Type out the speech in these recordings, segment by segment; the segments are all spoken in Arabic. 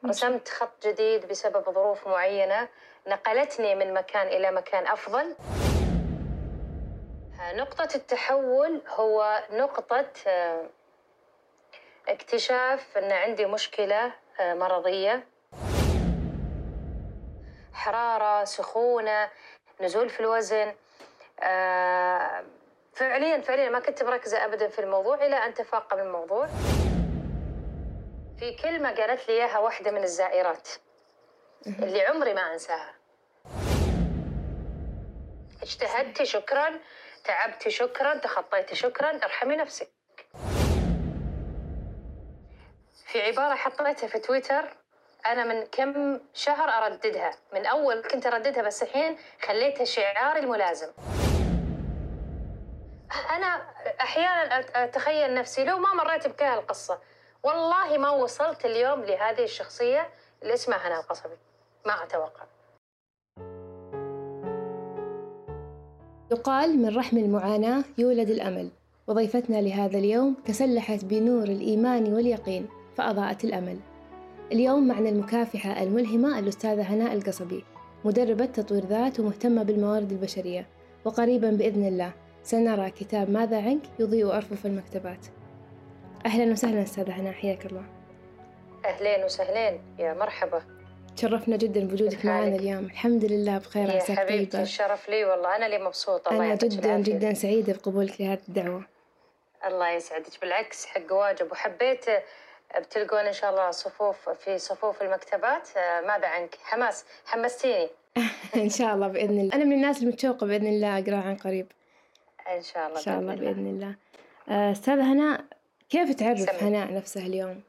رسمت خط جديد بسبب ظروف معينة نقلتني من مكان إلى مكان أفضل. نقطة التحول هو نقطة اكتشاف أن عندي مشكلة مرضية، حرارة، سخونة، نزول في الوزن. فعليا ما كنت مركزة أبدا في الموضوع إلى أن تفاقم الموضوع. في كلمة قالت لي إياها واحدة من الزائرات اللي عمري ما أنساها: اجتهدتي شكرا، تعبتي شكرا، تخطيتي شكرا، ارحمي نفسك. في عبارة حطيتها في تويتر أنا من كم شهر أرددها، من أول كنت أرددها بس الحين خليتها شعاري الملازم. أنا أحيانا أتخيل نفسي لو ما مريت بكل القصة والله ما وصلت اليوم لهذه الشخصية اللي اسمها هناء القصبي، ما أتوقع. يقال من رحم المعاناة يولد الأمل، وضيفتنا لهذا اليوم تسلحت بنور الإيمان واليقين فأضاءت الأمل. اليوم معنا المكافحة الملهمة الأستاذة هناء القصبي، مدربة تطوير ذات ومهتمة بالموارد البشرية، وقريبا بإذن الله سنرى كتاب ماذا عنك يضيء أرفف المكتبات. أهلا وسهلا أستاذة هناء، حياك الله. أهلين وسهلين، يا مرحبا. تشرفنا جدا بوجودك معنا اليوم. الحمد لله بخير، يا عساك حبيبتي طيبة. الشرف لي والله، أنا اللي مبسوطة. الله أنا يعطيك جدا العافية. جدا سعيدة بقبولك لهذه الدعوة. الله يسعدك، بالعكس حق واجب. وحبيت بتلقون إن شاء الله في صفوف المكتبات ماذا عنك. حمستيني. إن شاء الله بإذن الله. أنا من الناس المتشوقة بإذن الله أقرأ عن قريب. إن شاء الله. إن شاء الله بإذن الله. أستاذة هناء، كيف تعرف هناء نفسها اليوم؟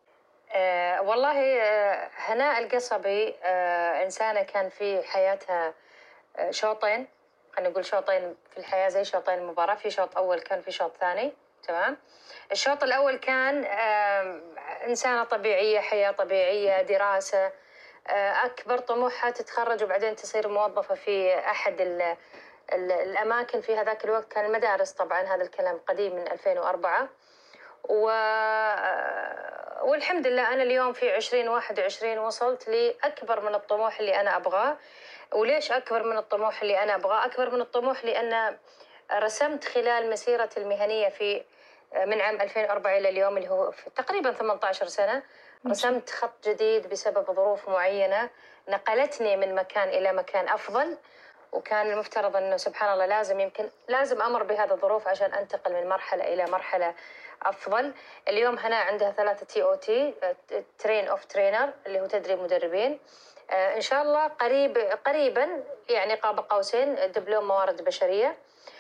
والله هناء القصبي إنسانة كان في حياتها شوطين، خلينا نقول شوطين في الحياة زي شوطين المباراة، في شوط أول كان في شوط ثاني. تمام. الشوط الأول كان إنسانة طبيعية، حياة طبيعية، دراسة، أكبر طموحها تتخرج وبعدين تصير موظفة في أحد الأماكن. في هذاك الوقت كان المدارس، طبعا هذا الكلام قديم من 2004. والحمد لله أنا اليوم في 2021 وصلت لأكبر من الطموح اللي أنا أبغاه. وليش أكبر من الطموح اللي أنا أبغاه؟ أكبر من الطموح لأن رسمت خلال مسيرتي المهنية في من عام 2004 إلى اليوم اللي هو تقريبا 18 سنة، رسمت خط جديد بسبب ظروف معينة نقلتني من مكان إلى مكان أفضل. وكان المفترض أنه سبحان الله لازم أمر بهذه الظروف عشان أنتقل من مرحلة إلى مرحلة أفضل. اليوم هناء عندها 3 TOT، ترين أوف ترينر، اللي هو تدريب مدربين. إن شاء الله قريبا يعني قاب قوسين دبلوم موارد بشرية.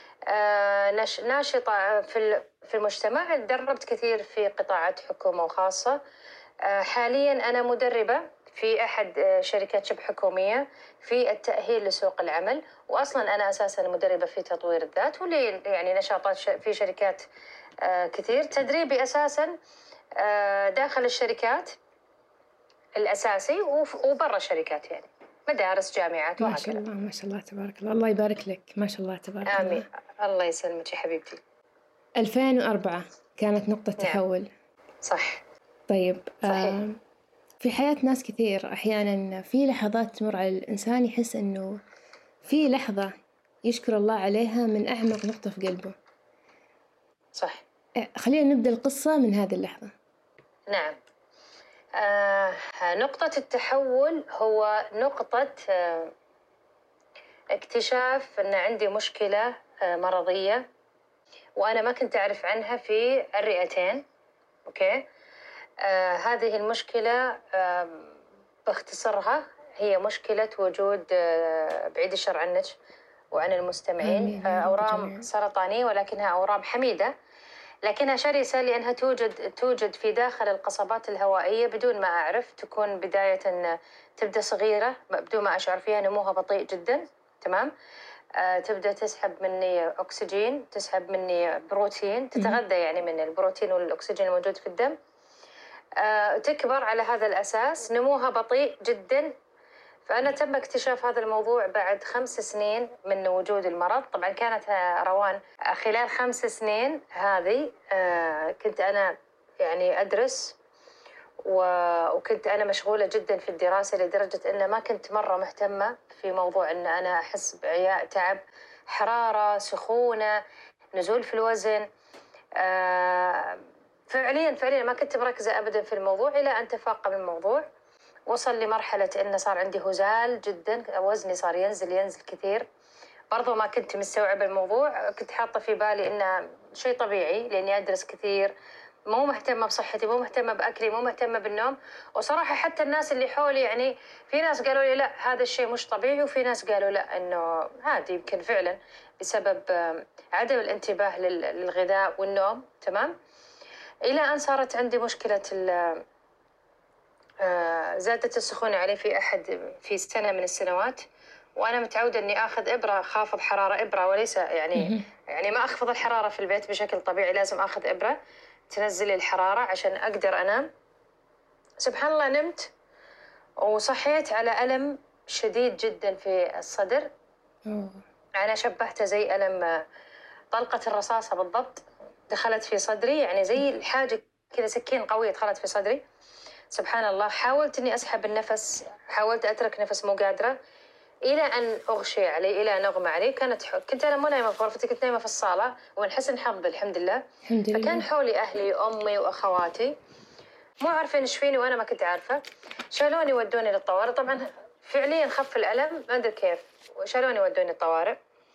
ناشطة في المجتمع، دربت كثير في قطاعات حكومة وخاصة. حاليا أنا مدربة في أحد شركات شبه حكومية في التأهيل لسوق العمل، وأصلا أنا أساسا مدربة في تطوير الذات، واللي يعني نشاطات في شركات كثير. تدريبي أساسا داخل الشركات الأساسي وبرا الشركات، يعني مدارس، جامعات، ما شاء الله ما شاء الله تبارك الله. الله يبارك لك، ما شاء الله تبارك الله. آمين. الله يسلمك يا حبيبتي. 2004 كانت نقطة تحول. صح. طيب صحيح. في حياة ناس كثير أحيانا في لحظات تمر على الإنسان يحس إنه في لحظة يشكر الله عليها من أعمق نقطة في قلبه. صح. خلينا نبدأ القصة من هذه اللحظة. نعم. نقطة التحول هو نقطة اكتشاف أن عندي مشكلة مرضية، وأنا ما كنت أعرف عنها في الرئتين. أوكي. هذه المشكلة باختصارها هي مشكلة وجود بعيد الشر عنك وعن المستمعين أورام سرطانية، ولكنها أورام حميدة، لكنها شرسة لأنها توجد في داخل القصبات الهوائية بدون ما أعرف. تكون بداية تبدأ صغيرة بدون ما أشعر فيها، نموها بطيء جدا. تمام. تبدأ تسحب مني أكسجين، تسحب مني بروتين، تتغذى يعني من البروتين والأكسجين الموجود في الدم. تكبر على هذا الأساس، نموها بطيء جدا. فأنا تم اكتشاف هذا الموضوع بعد 5 سنين من وجود المرض. طبعا كانت روان خلال 5 سنين هذه كنت أنا يعني أدرس وكنت أنا مشغولة جدا في الدراسة لدرجة أن ما كنت مرة مهتمة في موضوع أن أنا أحس بعياء، تعب، حرارة، سخونة، نزول في الوزن. فعليا ما كنت مركزة أبدا في الموضوع، إلى أن تفاقم الموضوع، وصل لمرحلة أنه صار عندي هزال جدا، وزني صار ينزل كثير. برضو ما كنت مستوعبة الموضوع، كنت حاطة في بالي إنه شيء طبيعي لأني أدرس كثير، مو مهتمة بصحتي، مو مهتمة بأكلي، مو مهتمة بالنوم. وصراحة حتى الناس اللي حولي، يعني في ناس قالوا لي لا هذا الشيء مش طبيعي، وفي ناس قالوا لا إنه عادي، يمكن فعلا بسبب عدم الانتباه للغذاء والنوم. تمام. إلى أن صارت عندي مشكلة زادت السخونة علي في سنة من السنوات، وأنا متعودة إني آخذ إبرة، خافض حرارة، إبرة وليس يعني ما أخفض الحرارة في البيت بشكل طبيعي، لازم آخذ إبرة تنزل الحرارة عشان أقدر أنام. سبحان الله نمت وصحيت على ألم شديد جدا في الصدر. أنا شبهته زي ألم طلقة الرصاصة بالضبط، دخلت في صدري، يعني زي الحاجة كذا سكين قوية دخلت في صدري. سبحان الله حاولت إني أسحب النفس، حاولت أترك نفس، مو قادرة، إلى أن أغشي علي، إلى أن أغمى علي. كنت أنا مو نايمة في غرفتي، كنت نايمة في الصالة، ومن حسن حظي الحمد لله فكان حولي أهلي أمي وأخواتي مو عارفين إيش فيني، وأنا ما كنت عارفة. شالوني ودوني للطوارئ، طبعا فعليا خف الألم ما أدري كيف، وشالوني ودوني الطوارئ.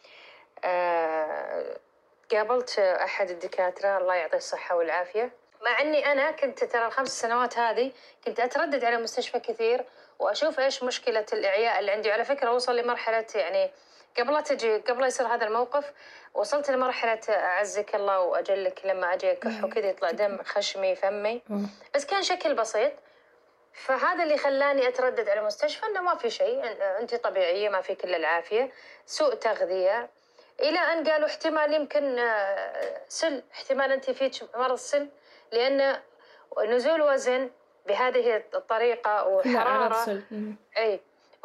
قابلت أحد الدكاترة الله يعطيه الصحة والعافية، مع أني أنا كنت ترى ال5 سنوات هذه كنت أتردد على المستشفى كثير وأشوف إيش مشكلة الإعياء اللي عندي. على فكرة وصل لمرحلة، يعني قبل يصير هذا الموقف وصلت لمرحلة أعزك الله وأجلك لما أجي أكح وكذا يطلع دم خشمي فمي، بس كان شكل بسيط. فهذا اللي خلاني أتردد على المستشفى، إنه ما في شيء، أنت طبيعية، ما فيك إلا العافية، سوء تغذية. إلى أن قالوا احتمال يمكن سل، احتمال أنت فيك مرض سل، لأن نزول وزن بهذه الطريقة وحرارة أي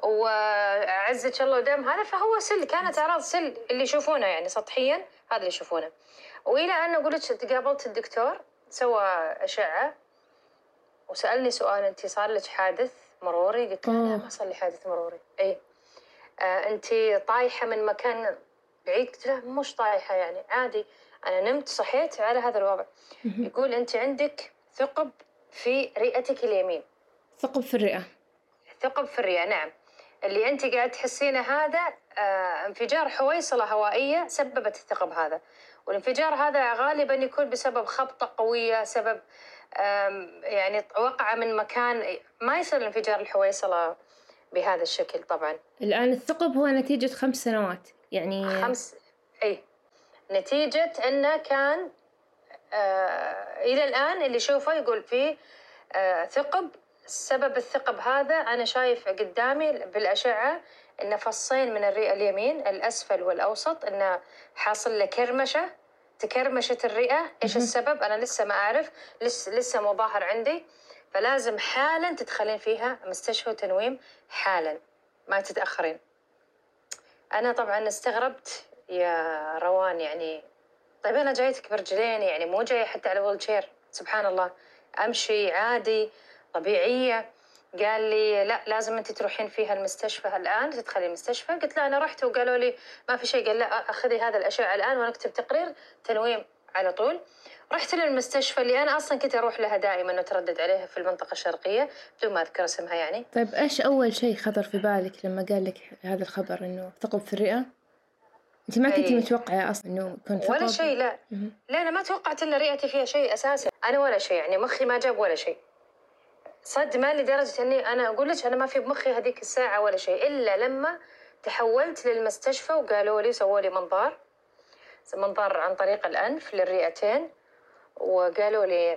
وعزك الله ودم، هذا فهو سل، كانت أعراض سل اللي يشوفونه يعني سطحيا، هذا اللي يشوفونه. وإلى أن قلت قابلت الدكتور سوى أشعة وسألني سؤال، أنت صار لك حادث مروري؟ قلت له لا ما صار لي حادث مروري. أي أنت طايحة من مكان بعيد؟ قلت له مش طايحة، يعني عادي، أنا نمت صحيت على هذا الوضع. يقول أنت عندك ثقب في رئتك اليمين. ثقب في الرئة؟ ثقب في الرئة، نعم. اللي أنت قاعد تحسينه هذا انفجار حويصلة هوائية سببت الثقب هذا، والانفجار هذا غالبا يكون بسبب خبطة قوية، سبب يعني وقع من مكان، ما يصير الانفجار الحويصلة بهذا الشكل. طبعا الآن الثقب هو نتيجة 5 سنوات يعني 5 أي نتيجة أنه كان إلى الآن اللي شوفه يقول فيه ثقب. سبب الثقب هذا أنا شايف قدامي بالأشعة إنه فصين من الرئة اليمين، الأسفل والأوسط، إنه حاصل له كرمشة، تكرمشت الرئة. إيش السبب أنا لسه ما أعرف، لسه مو ظاهر عندي، فلازم حالا تدخلين فيها مستشفى تنويم حالا، ما تتأخرين. أنا طبعا استغربت يا روان، يعني طيب أنا جايتك برجلين، يعني مو جاية حتى على ويلشير، سبحان الله أمشي عادي طبيعية. قال لي لا لازم أنت تروحين فيها المستشفى الآن، تدخلي المستشفى. قلت له أنا رحت وقالوا لي ما في شيء. قال لا أخذي هذا الأشعة الآن ونكتب تقرير تنويم على طول. رحت للمستشفى اللي أنا أصلا كنت أروح لها دائما وتردد عليها في المنطقة الشرقية بدون ما أذكر اسمها يعني. طيب إيش أول شيء خطر في بالك لما قال لك هذا الخبر إنه ثقب في الرئة؟ أنت ما كنتي متوقعة أصلاً إنه يكون ثقب؟ ولا شيء، لا لا أنا ما توقعت إن رئتي فيها شيء أساساً، أنا ولا شيء، يعني مخي ما جاب ولا شيء صدمة، لدرجة إني أنا أقول لك أنا ما في بمخي هذيك الساعة ولا شيء، إلا لما تحولت للمستشفى وقالوا لي سووا لي منظار عن طريق الأنف للرئتين، وقالوا لي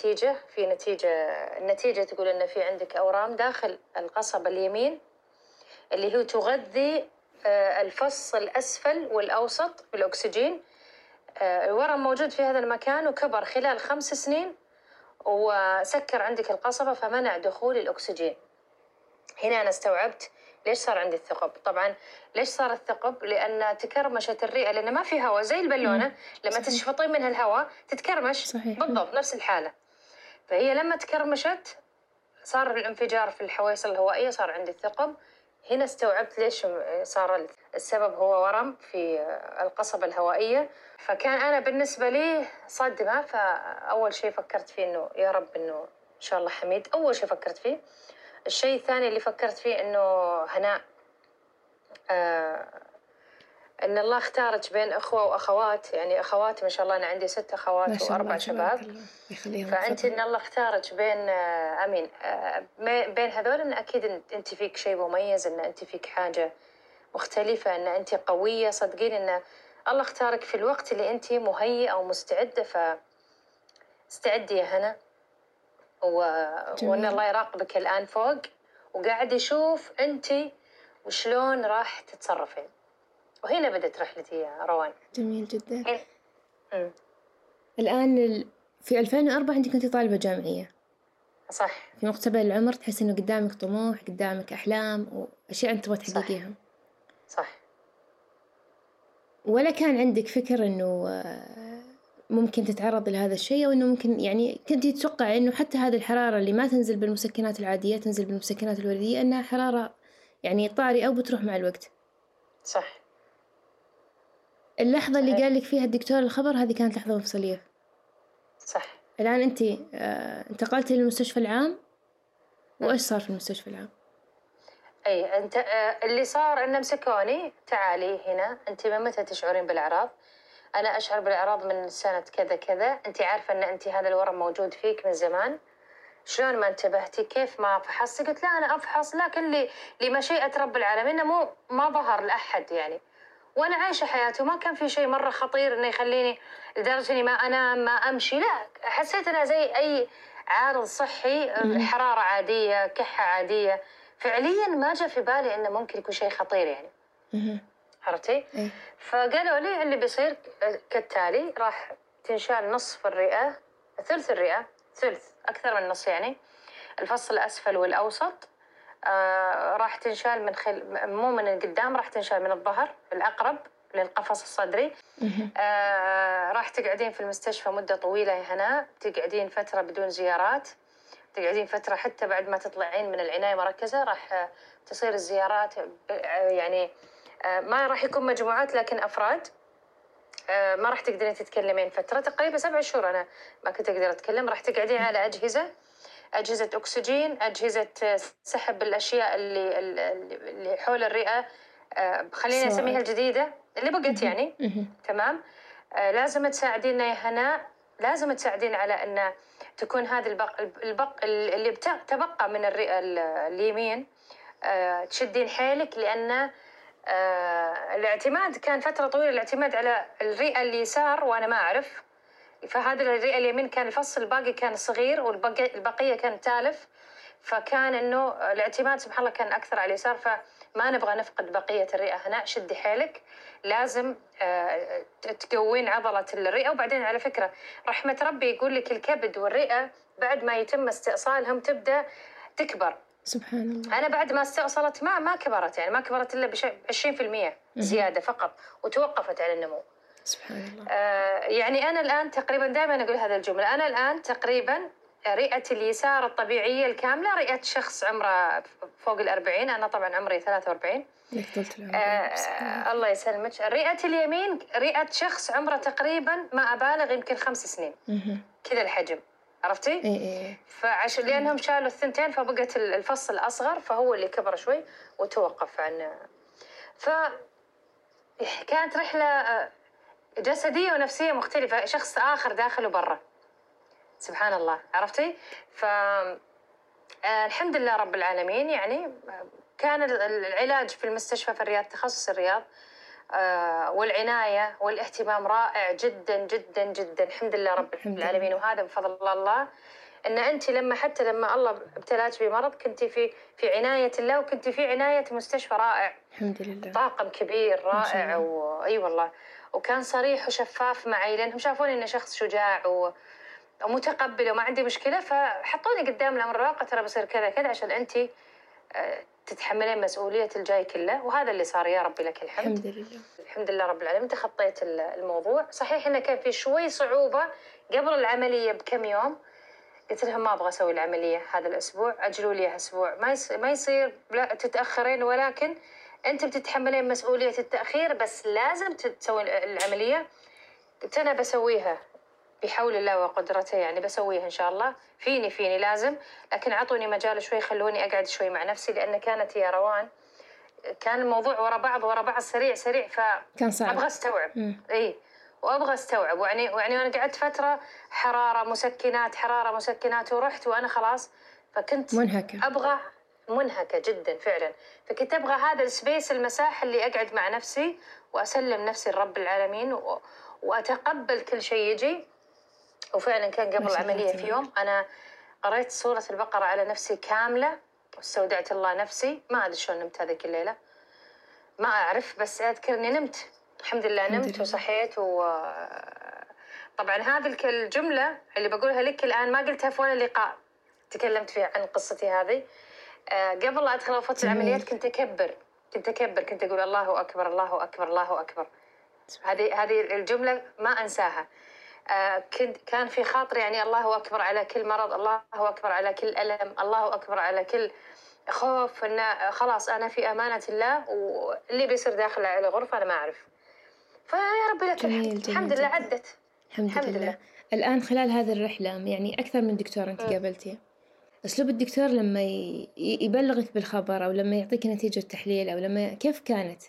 النتيجة تقول إن في عندك أورام داخل القصبة اليمين اللي هو تغذي الفص الأسفل والأوسط بالأكسجين. الورم موجود في هذا المكان وكبر خلال 5 سنين وسكر عندك القصبة فمنع دخول الأكسجين. هنا أنا استوعبت ليش صار عندي الثقب. طبعا ليش صار الثقب؟ لأن تكرمشت الرئة، لأن ما في هواء زي البالونة لما تشفطين منها الهواء تتكرمش. صحيح. بالضبط نفس الحالة. فهي لما تكرمشت صار الانفجار في الحويصل الهوائية، صار عندي ثقم. هنا استوعبت ليش صار السبب هو ورم في القصبة الهوائية. فكان أنا بالنسبة لي صدمة. فأول شيء فكرت فيه إنه يا رب إنه إن شاء الله حميد، أول شيء فكرت فيه. الشيء الثاني اللي فكرت فيه إنه هناء، إن الله اختارك بين أخوة وأخوات، يعني أخوات ما شاء الله، أنا عندي 6 أخوات و4 شباب. فأنت إن الله اختارك بين أمين بين هذول، إن أكيد أنت فيك شيء مميز، إن أنت فيك حاجة مختلفة، إن أنت قوية. صدقين إن الله اختارك في الوقت اللي أنت مهيئة ومستعدة. فاستعدي يا هنا، وإن الله يراقبك الآن فوق وقاعد يشوف أنت وشلون راح تتصرفين. وهنا بدت رحلتي يا روان. جميل جدا. الآن في 2004 أنت كنت طالبة جامعية، صح؟ في مقتبل العمر تحس إنه قدامك طموح، قدامك أحلام وأشياء أنت تبغى تحققيها. صح. ولا كان عندك فكر إنه ممكن تتعرض لهذا الشيء، أو إنه ممكن يعني كنت تتوقع إنه حتى هذه الحرارة اللي ما تنزل بالمسكنات العادية تنزل بالمسكنات الوردية إنها حرارة يعني طارئة وبتروح مع الوقت؟ صح. اللحظة اللي قال لك فيها الدكتور الخبر هذه كانت لحظة مفصلية. صح. الآن أنت انتقلتي للمستشفى العام، وإيش صار في المستشفى العام؟ أي أنت اللي صار إن مسكوني، تعالي هنا، أنت من متى تشعرين بالأعراض؟ أنا أشعر بالأعراض من سنة كذا كذا. أنت عارفة إن أنت هذا الورم موجود فيك من زمان، شلون ما انتبهتي؟ كيف ما فحصتي؟ قلت لا أنا أفحص، لكن لمشيئة رب العالمين ما ظهر لأحد يعني. وأنا عايشة حياتي وما كان في شيء مرة خطير إنه يخليني لدرجة إني ما أنام ما أمشي. لا، حسيت أنها زي أي عارض صحي، حرارة عادية، كحة عادية. فعليا ما جاء في بالي إنه ممكن يكون شيء خطير يعني. عرفتي؟ فقالوا لي اللي بيصير كالتالي: راح تنشال نصف الرئة، ثلث الرئة، ثلث، أكثر من نص يعني، الفص الأسفل والأوسط. راح تنشال مو من القدام، راح تنشال من الظهر الأقرب للقفص الصدري. راح تقعدين في المستشفى مدة طويلة يا هناء، تقعدين فترة بدون زيارات، تقعدين فترة حتى بعد ما تطلعين من العناية المركزة راح تصير الزيارات يعني ما راح يكون مجموعات لكن أفراد. ما راح تقدرين تتكلمين فترة تقريبا 7 شهور أنا ما كنت أقدر أتكلم. راح تقعدين على أجهزة أكسجين، أجهزة سحب الأشياء اللي حول الرئة، خليني أسميها الجديدة اللي بقت يعني. تمام. لازم تساعدينا يا هناء، لازم تساعدين على أن تكون هذه البق اللي تبقى من الرئة اليمين، تشدين حيلك، لأن الاعتماد كان فترة طويلة الاعتماد على الرئة اليسار وأنا ما أعرف. فهذا الرئة اليمين كان الفص الباقي كان صغير والبقية كان تالف، فكان إنه الاعتماد سبحان الله كان أكثر على اليسار. فما نبغى نفقد بقية الرئة. هنا شدي حيلك، لازم تقوين عضلة الرئة. وبعدين على فكرة رحمة ربي يقول لك الكبد والرئة بعد ما يتم استئصالهم تبدأ تكبر. سبحان الله. أنا بعد ما استأصلت ما كبرت يعني، ما كبرت إلا 20% زيادة فقط، وتوقفت على النمو. سبحان الله. يعني أنا الآن تقريبا دائما أقول هذا الجملة، أنا الآن تقريبا رئة اليسار الطبيعية الكاملة رئة شخص عمره فوق 40. أنا طبعا عمري 43. لك طولة العمر. الله يسلمك. رئة اليمين رئة شخص عمره تقريبا ما أبالغ يمكن 5 سنين كذا الحجم. عرفتي؟ فعشان لأنهم شالوا الثنتين فبقت الفص الأصغر فهو اللي كبر شوي وتوقف عن. فكانت رحلة جسدية ونفسية مختلفة، شخص آخر داخل وبرا. سبحان الله. عرفتي؟ الحمد لله رب العالمين يعني. كان العلاج في المستشفى في الرياض، تخصص الرياض، والعناية والاهتمام رائع جدا جدا جدا. الحمد لله رب العالمين. وهذا بفضل الله ان انت حتى لما الله ابتلاك بمرض كنت في عناية الله، وكنت في عناية مستشفى رائع. الحمد لله. طاقم كبير رائع اي والله. وكان صريح وشفاف معي لانهم شافوني اني شخص شجاع ومتقبل وما عندي مشكلة، فحطوني قدام الامر الواقع، ترى بصير كذا كذا عشان انت تتحملين مسؤولية الجاي كله. وهذا اللي صار يا ربي لك الحمد. الحمد لله. الحمد لله رب العالمين. تخطيت الموضوع. صحيح انه كان في شوي صعوبة قبل العملية بكم يوم، قلت لهم ما أبغى أسوي العملية هذا الأسبوع، أجلوا لي أسبوع. ما يصير لا تتأخرين، ولكن أنت بتتحملين مسؤولية التأخير، بس لازم تسوي العملية. قلت أنا بسويها بحول الله وقدرته، يعني بسويها إن شاء الله، فيني لازم، لكن عطوني مجال شوي، خلوني أقعد شوي مع نفسي، لأن كانت يا روان كان الموضوع ورا بعض سريع، كان صعب. أبغى أستوعب. إيه، وأبغى أستوعب، وأنا قعدت فترة حرارة مسكنات، ورحت وأنا خلاص، فكنت أبغى منهكة جدا فعلا، فكنت أبغى هذا السبيس، المساحة اللي أقعد مع نفسي وأسلم نفسي لرب العالمين وأتقبل كل شيء يجي. وفعلا كان قبل العملية في يوم أنا قرأت سورة البقرة على نفسي كاملة، واستودعت الله نفسي. ما أدري شلون نمت هذيك الليلة، ما أعرف، بس أذكر إني نمت، الحمد لله نمت وصحيت. طبعا هذه الجملة اللي بقولها لك الآن ما قلتها في ولا لقاء تكلمت فيه عن قصتي هذه. قبل لا أدخل غرفة العمليات كنت أكبر، كنت أقول الله أكبر الله أكبر الله أكبر. هذه الجملة ما أنساها. كان في خاطري يعني الله أكبر على كل مرض، الله أكبر على كل ألم، الله أكبر على كل خوف، إن خلاص أنا في أمانة الله، واللي بيصير داخل الغرفة أنا ما أعرف. فيا ربي لك الحمد، الحمد لله عدت، الحمد لله. الآن خلال هذه الرحلة يعني أكثر من دكتور أنت قابلتيه، أسلوب الدكتور لما يبلغك بالخبر، أو لما يعطيك نتيجة تحليل، أو لما كيف كانت؟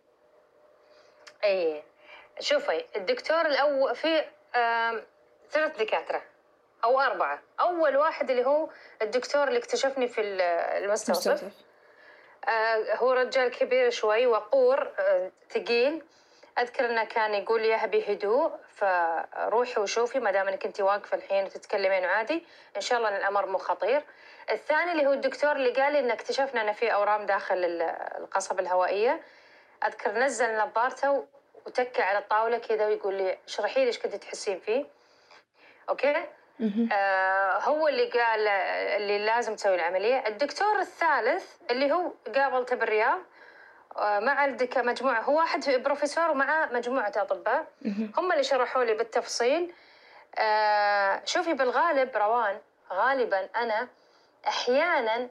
أي شوفي، الدكتور الأول في 3 دكاترة أو 4. أول واحد اللي هو الدكتور اللي اكتشفني في المستوصف. هو رجال كبير شوي، وقور، ثقيل. أذكر أنه كان يقول لي بهدوء، فروحي وشوفي ما دام أنك أنت واقفة الحين وتتكلمين عادي، إن شاء الله الأمر مو خطير. الثاني اللي هو الدكتور اللي قال لي إن اكتشفنا أن في أورام داخل القصبة الهوائية. أذكر نزل نظارته وتكى على الطاولة كذا ويقول لي اشرحي لي ايش كنت تحسين فيه. أوكي. هو اللي قال اللي لازم تسوي العملية. الدكتور الثالث اللي هو قابلته بالرياض مع مجموعة، هو واحد بروفيسور ومع مجموعة أطباء، هم اللي شرحوا لي بالتفصيل. شوفي، بالغالب روان، غالبا أنا أحيانا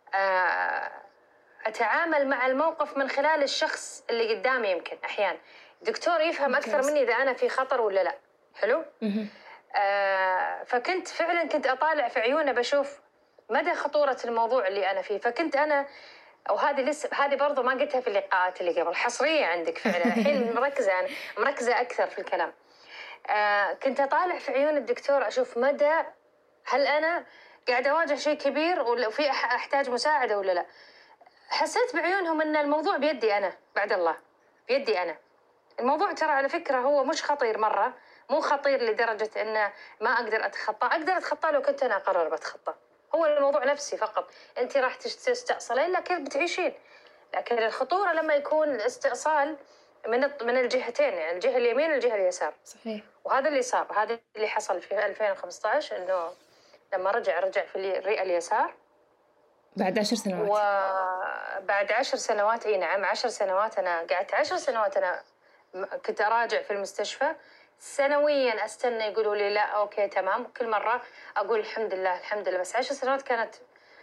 أتعامل مع الموقف من خلال الشخص اللي قدامي. يمكن أحيانا دكتور يفهم أكثر مني إذا أنا في خطر ولا لا. حلو. فكنت فعلا أطالع في عيونه بشوف مدى خطورة الموضوع اللي أنا فيه. فكنت أنا، هذه برضو ما قلتها في اللقاءات اللي قبل، حصرية عندك فعلا الحين، مركزة أكثر في الكلام. كنت أطالع في عيون الدكتور أشوف مدى هل أنا قاعدة أواجه شيء كبير وفي أحتاج مساعدة ولا لا. حسيت بعيونهم أن الموضوع بيدي أنا، بعد الله بيدي أنا. الموضوع ترى على فكرة هو مش خطير مرة، مو خطير لدرجة أنه ما أقدر أتخطى لو كنت أنا أقرر بتخطى. هو الموضوع نفسي فقط، أنت راح تستأصلين لكن بتعيشين. لكن الخطورة لما يكون الاستئصال من الجهتين، يعني الجهة اليمين والجهة اليسار. صحيح. وهذا اللي صار، هذا اللي حصل في 2015، إنه لما رجع في الرئة اليسار بعد 10 سنوات. وبعد 10 سنوات، اي نعم 10 سنوات. انا قعدت 10 سنوات انا كنت اراجع في المستشفى سنويا، استنى يقولوا لي لا اوكي تمام، كل مره اقول الحمد لله الحمد لله. بس 10 سنوات كانت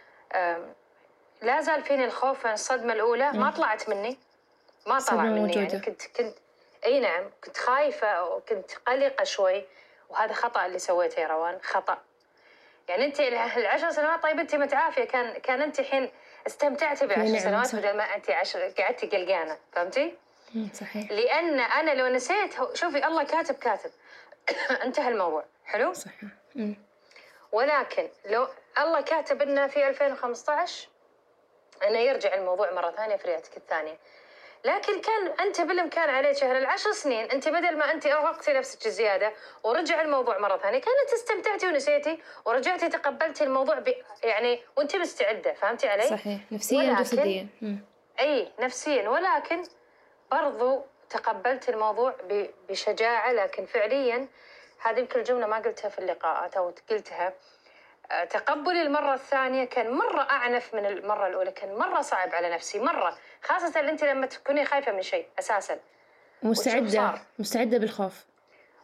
لا زال فيني الخوف من الصدمه الاولى، ما طلعت مني، ما طلع مني يعني كنت اي نعم كنت خايفه وكنت قلقه شوي. وهذا خطأ اللي سويته يا روان، خطأ. يعني أنت 10 سنوات طيب أنت متعافية، كان أنت الحين استمتعتي ب10 سنوات بدل ما أنت قعدتي قلقانة، فهمتي؟ صحيح. لأن أنا لو نسيت، شوفي الله كاتب انتهى الموضوع. حلو؟ صحيح. ولكن لو الله كاتب إنه في 2015 أنه يرجع الموضوع مرة ثانية في رئتك الثانية، لكن كان أنت بالإمكان عليك شهر 10 سنين، أنت بدل ما أنت أرهقتي نفسك زيادة ورجع الموضوع مرة ثانية، كانت استمتعتي ونسيتي ورجعتي تقبلتي الموضوع يعني وأنت مستعدة. فهمتي علي؟ صحيح، نفسيا وجسديا. أي نفسيا، ولكن برضو تقبلت الموضوع بشجاعة. لكن فعليا هذه يمكن الجملة ما قلتها في اللقاءات أو قلتها، تقبلي المرة الثانية كان مرة أعنف من المرة الأولى، كان مرة صعب على نفسي مرة، خاصة أنت لما تكوني خايفة من شيء أساساً مستعدة بالخوف.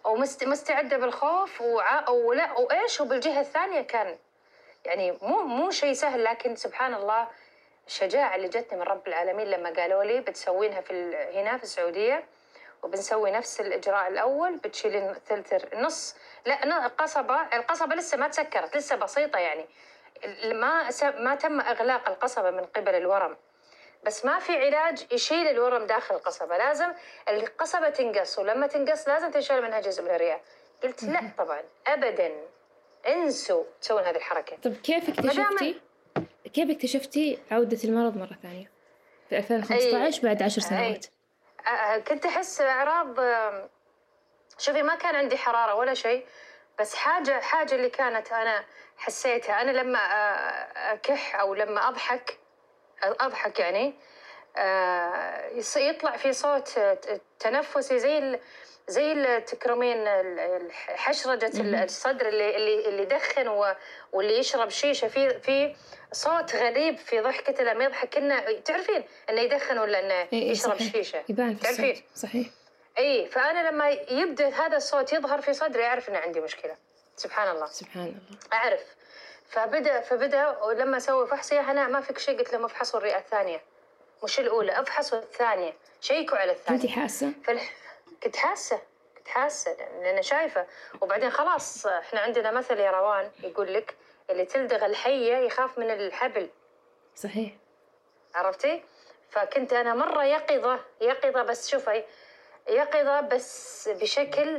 ومستعدة بالخوف ولا وإيش، وبالجهة الثانية كان يعني مو شيء سهل، لكن سبحان الله الشجاعة اللي جتني من رب العالمين لما قالوا لي بتسوينها هنا في السعودية، وبنسوي نفس الإجراء الأول، بتشيلين ثلث نص، لا القصبة لسه ما تسكرت، لسه بسيطة يعني، ما تم إغلاق القصبة من قبل الورم، بس ما في علاج يشيل الورم داخل القصبة، لازم القصبة تنقص، ولما تنقص لازم تنشال منها جزء من الرئة. قلت لا طبعا أبدا، انسوا تسوون هذه الحركة. طب كيف اكتشفتي عودة المرض مرة ثانية في 2015 بعد 10 سنوات؟ كنت أحس أعراض، شوفي ما كان عندي حرارة ولا شيء، بس حاجة اللي كانت أنا حسيتها، أنا لما أكح أو لما أضحك يعني يطلع في صوت تنفسي زي تكرمين حشرجة الصدر اللي يدخن واللي يشرب شيشة، في صوت غريب في ضحكته لما يضحك، كنا تعرفين إنه يدخن ولا إنه يشرب شيشة، يبان في الصوت. صحيح. اي، فانا لما يبدا هذا الصوت يظهر في صدري اعرف ان عندي مشكله. سبحان الله اعرف. فبدا ولما اسوي فحص يا هناء ما فيك شيء، قلت لهم افحصوا الرئه الثانيه، مش الاولى، افحصوا الثانيه، شيكوا على الثانيه. كنتي حاسه؟ كنت حاسه لان شايفه. وبعدين خلاص احنا عندنا مثل يا روان يقول لك اللي تلدغ الحيه يخاف من الحبل. صحيح. عرفتي؟ فكنت انا مره يقظه بس شوفي، يقظة بس بشكل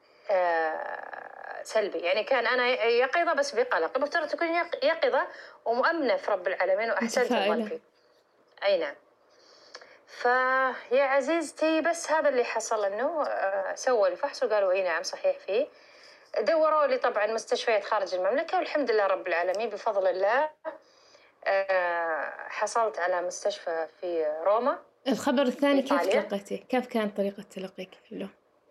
سلبي، يعني كان أنا يقظة بس بقلق، المفترض تكون يقظة ومؤمنة في رب العالمين وأحسنت الظن فيه. أي نعم. فيا عزيزتي بس هذا اللي حصل، إنه سووا الفحص وقالوا أي نعم صحيح فيه. دوروا لي طبعا مستشفيات خارج المملكة، والحمد لله رب العالمين بفضل الله حصلت على مستشفى في روما. الخبر الثاني كيف تلقيتيه؟ كيف كانت طريقة تلقيك له؟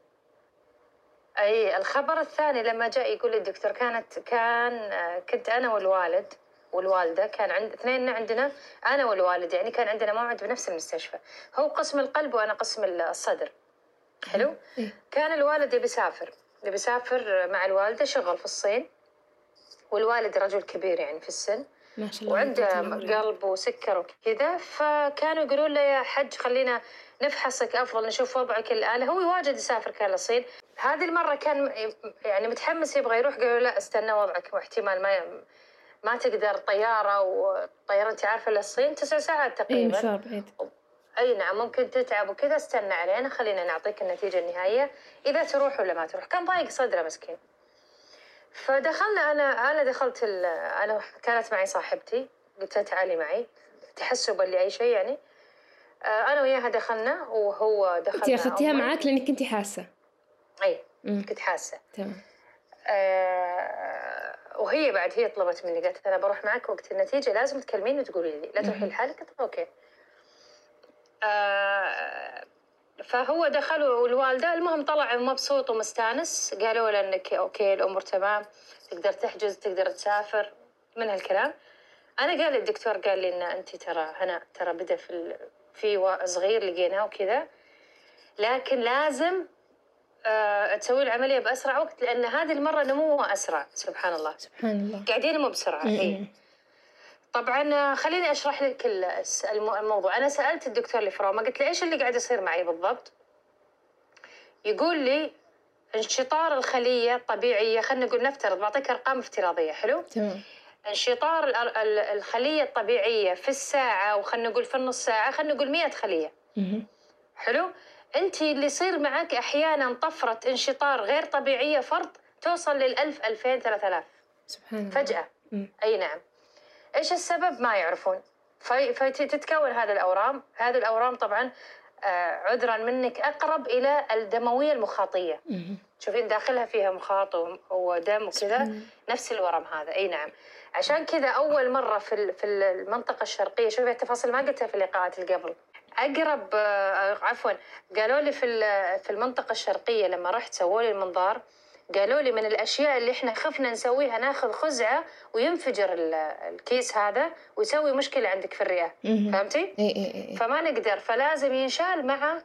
أي الخبر الثاني لما جاء يقول الدكتور، كنت أنا والوالد والوالدة، كان اثنين عندنا، أنا والوالد يعني كان عندنا موعد بنفس المستشفى، هو قسم القلب وأنا قسم الصدر. حلو؟ كان الوالد يبي يسافر مع الوالدة شغل في الصين، والوالد رجل كبير يعني في السن ما شاء الله، وعنده قلب وسكر وكذا، فكانوا يقولون له يا حج خلينا نفحصك أفضل نشوف وضعك الآن. هو واجد يسافر كان للصين، هذه المرة كان يعني متحمس يبغى يروح، قالوا لا استنى وضعك احتمال ما تقدر طيارة، والطيارة أنت عارفة للصين 9 ساعات تقريبا. مشوار بعيد. أي نعم ممكن تتعب وكذا، استنى علينا خلينا نعطيك النتيجة النهائية إذا تروح ولا ما تروح. كان ضايق صدره مسكين. فدخلنا، أنا دخلت أنا كانت معي صاحبتي، قلت لها تعالي معي تحسبا لأي شيء يعني. أنا وياها دخلنا وهو دخلنا. أنتي أخذتيها معاك لأنك كنتي حاسة؟ أي كنت حاسة. تمام. وهي بعد هي طلبت مني، قالت أنا بروح معك وقت النتيجة لازم تكلميني وتقولي لي، لا تروحي لحالك. قلت أوكي. فهو دخل والوالدة، المهم طلع مبسوط ومستانس، قالوا له انك اوكي الامور تمام، تقدر تحجز تقدر تسافر من هالكلام. انا قال الدكتور قال لي ان انت ترى بدا في صغير لقيناه وكذا، لكن لازم تسوي العملية بأسرع وقت، لأن هذه المرة نموه أسرع. سبحان الله قاعدين مو بسرعة. طبعا خليني أشرح لك الموضوع. أنا سألت الدكتور اللي في روما، قلت له إيش اللي قاعد يصير معي بالضبط؟ يقول لي انشطار الخلية الطبيعية، خلينا نقول نفترض، بعطيك أرقام افتراضية. حلو؟ تمام. انشطار الخلية الطبيعية في الساعة، وخلينا نقول في النص ساعة، خلينا نقول 100 خلية. حلو؟ أنت اللي يصير معك أحيانا طفرة انشطار غير طبيعية فرط توصل لل1000 2000 3000 سبحان الله فجأة. أي نعم. إيش السبب؟ ما يعرفون. فتتكون هذه الأورام طبعا عذرا منك أقرب إلى الدموية المخاطية. شوفين داخلها فيها مخاط ودم وكذا، نفس الورم هذا. أي نعم. عشان كذا أول مرة في المنطقة الشرقية، شوفي التفاصيل ما قلتها في اللقاءات اللي قبل، أقرب عفوا قالوا لي في المنطقة الشرقية لما رحت سووا لي المنظار، قالوا لي من الأشياء اللي إحنا خفنا نسويها ناخذ خزعة وينفجر الكيس هذا ويسوي مشكلة عندك في الرئة. فهمتي؟ إيه. فما نقدر، فلازم ينشال مع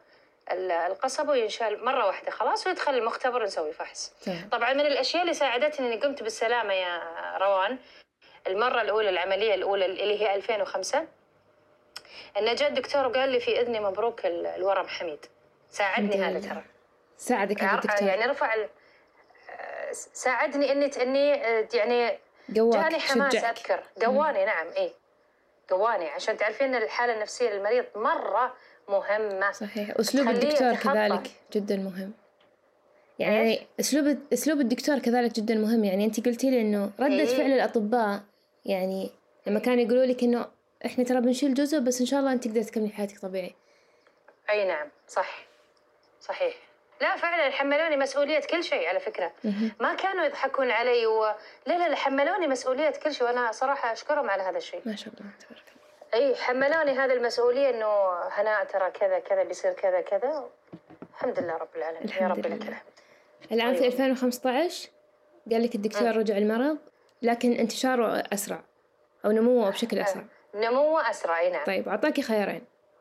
القصبة وينشال مرة واحدة خلاص، ويدخل المختبر ونسوي فحص. طبعا من الأشياء اللي ساعدتني إني قمت بالسلامة يا روان، المرة الأولى العملية الأولى اللي هي 2005، إن جاء الدكتور وقال لي في إذني مبروك الورم حميد. ساعدني هذا ترى، ساعدك هذا الدكتور يعني رفع ساعدني إني يعني جاني حماس أذكر، قواني. نعم قواني، عشان تعرفين الحالة النفسية للمريض مرة مهمة. صحيح. أسلوب الدكتور كذلك جدا مهم، يعني أسلوب الدكتور كذلك جدا مهم. يعني أنت قلتي لي إنه ردة فعل الأطباء، يعني لما كانوا يقولوا لك إنه إحنا ترى بنشيل جزء بس إن شاء الله أنت تقدر تكملي حياتك طبيعي. أي نعم صحيح. لا فعلا حملوني مسؤولية كل شيء على فكرة. ما كانوا يضحكون علي لا حملوني مسؤولية كل شيء، وأنا صراحة أشكرهم على هذا الشيء. ما شاء الله تبارك أي الله. حملوني هذه المسؤولية، إنه هناء ترى كذا بيصير كذا. الحمد لله رب العالمين، يا رب لك الحمد. الآن في 2015 قال لك الدكتور رجع المرض، لكن انتشاره أسرع أو نموه بشكل أسرع. نموه أسرع. أي نعم. طيب أعطاكي خيارين.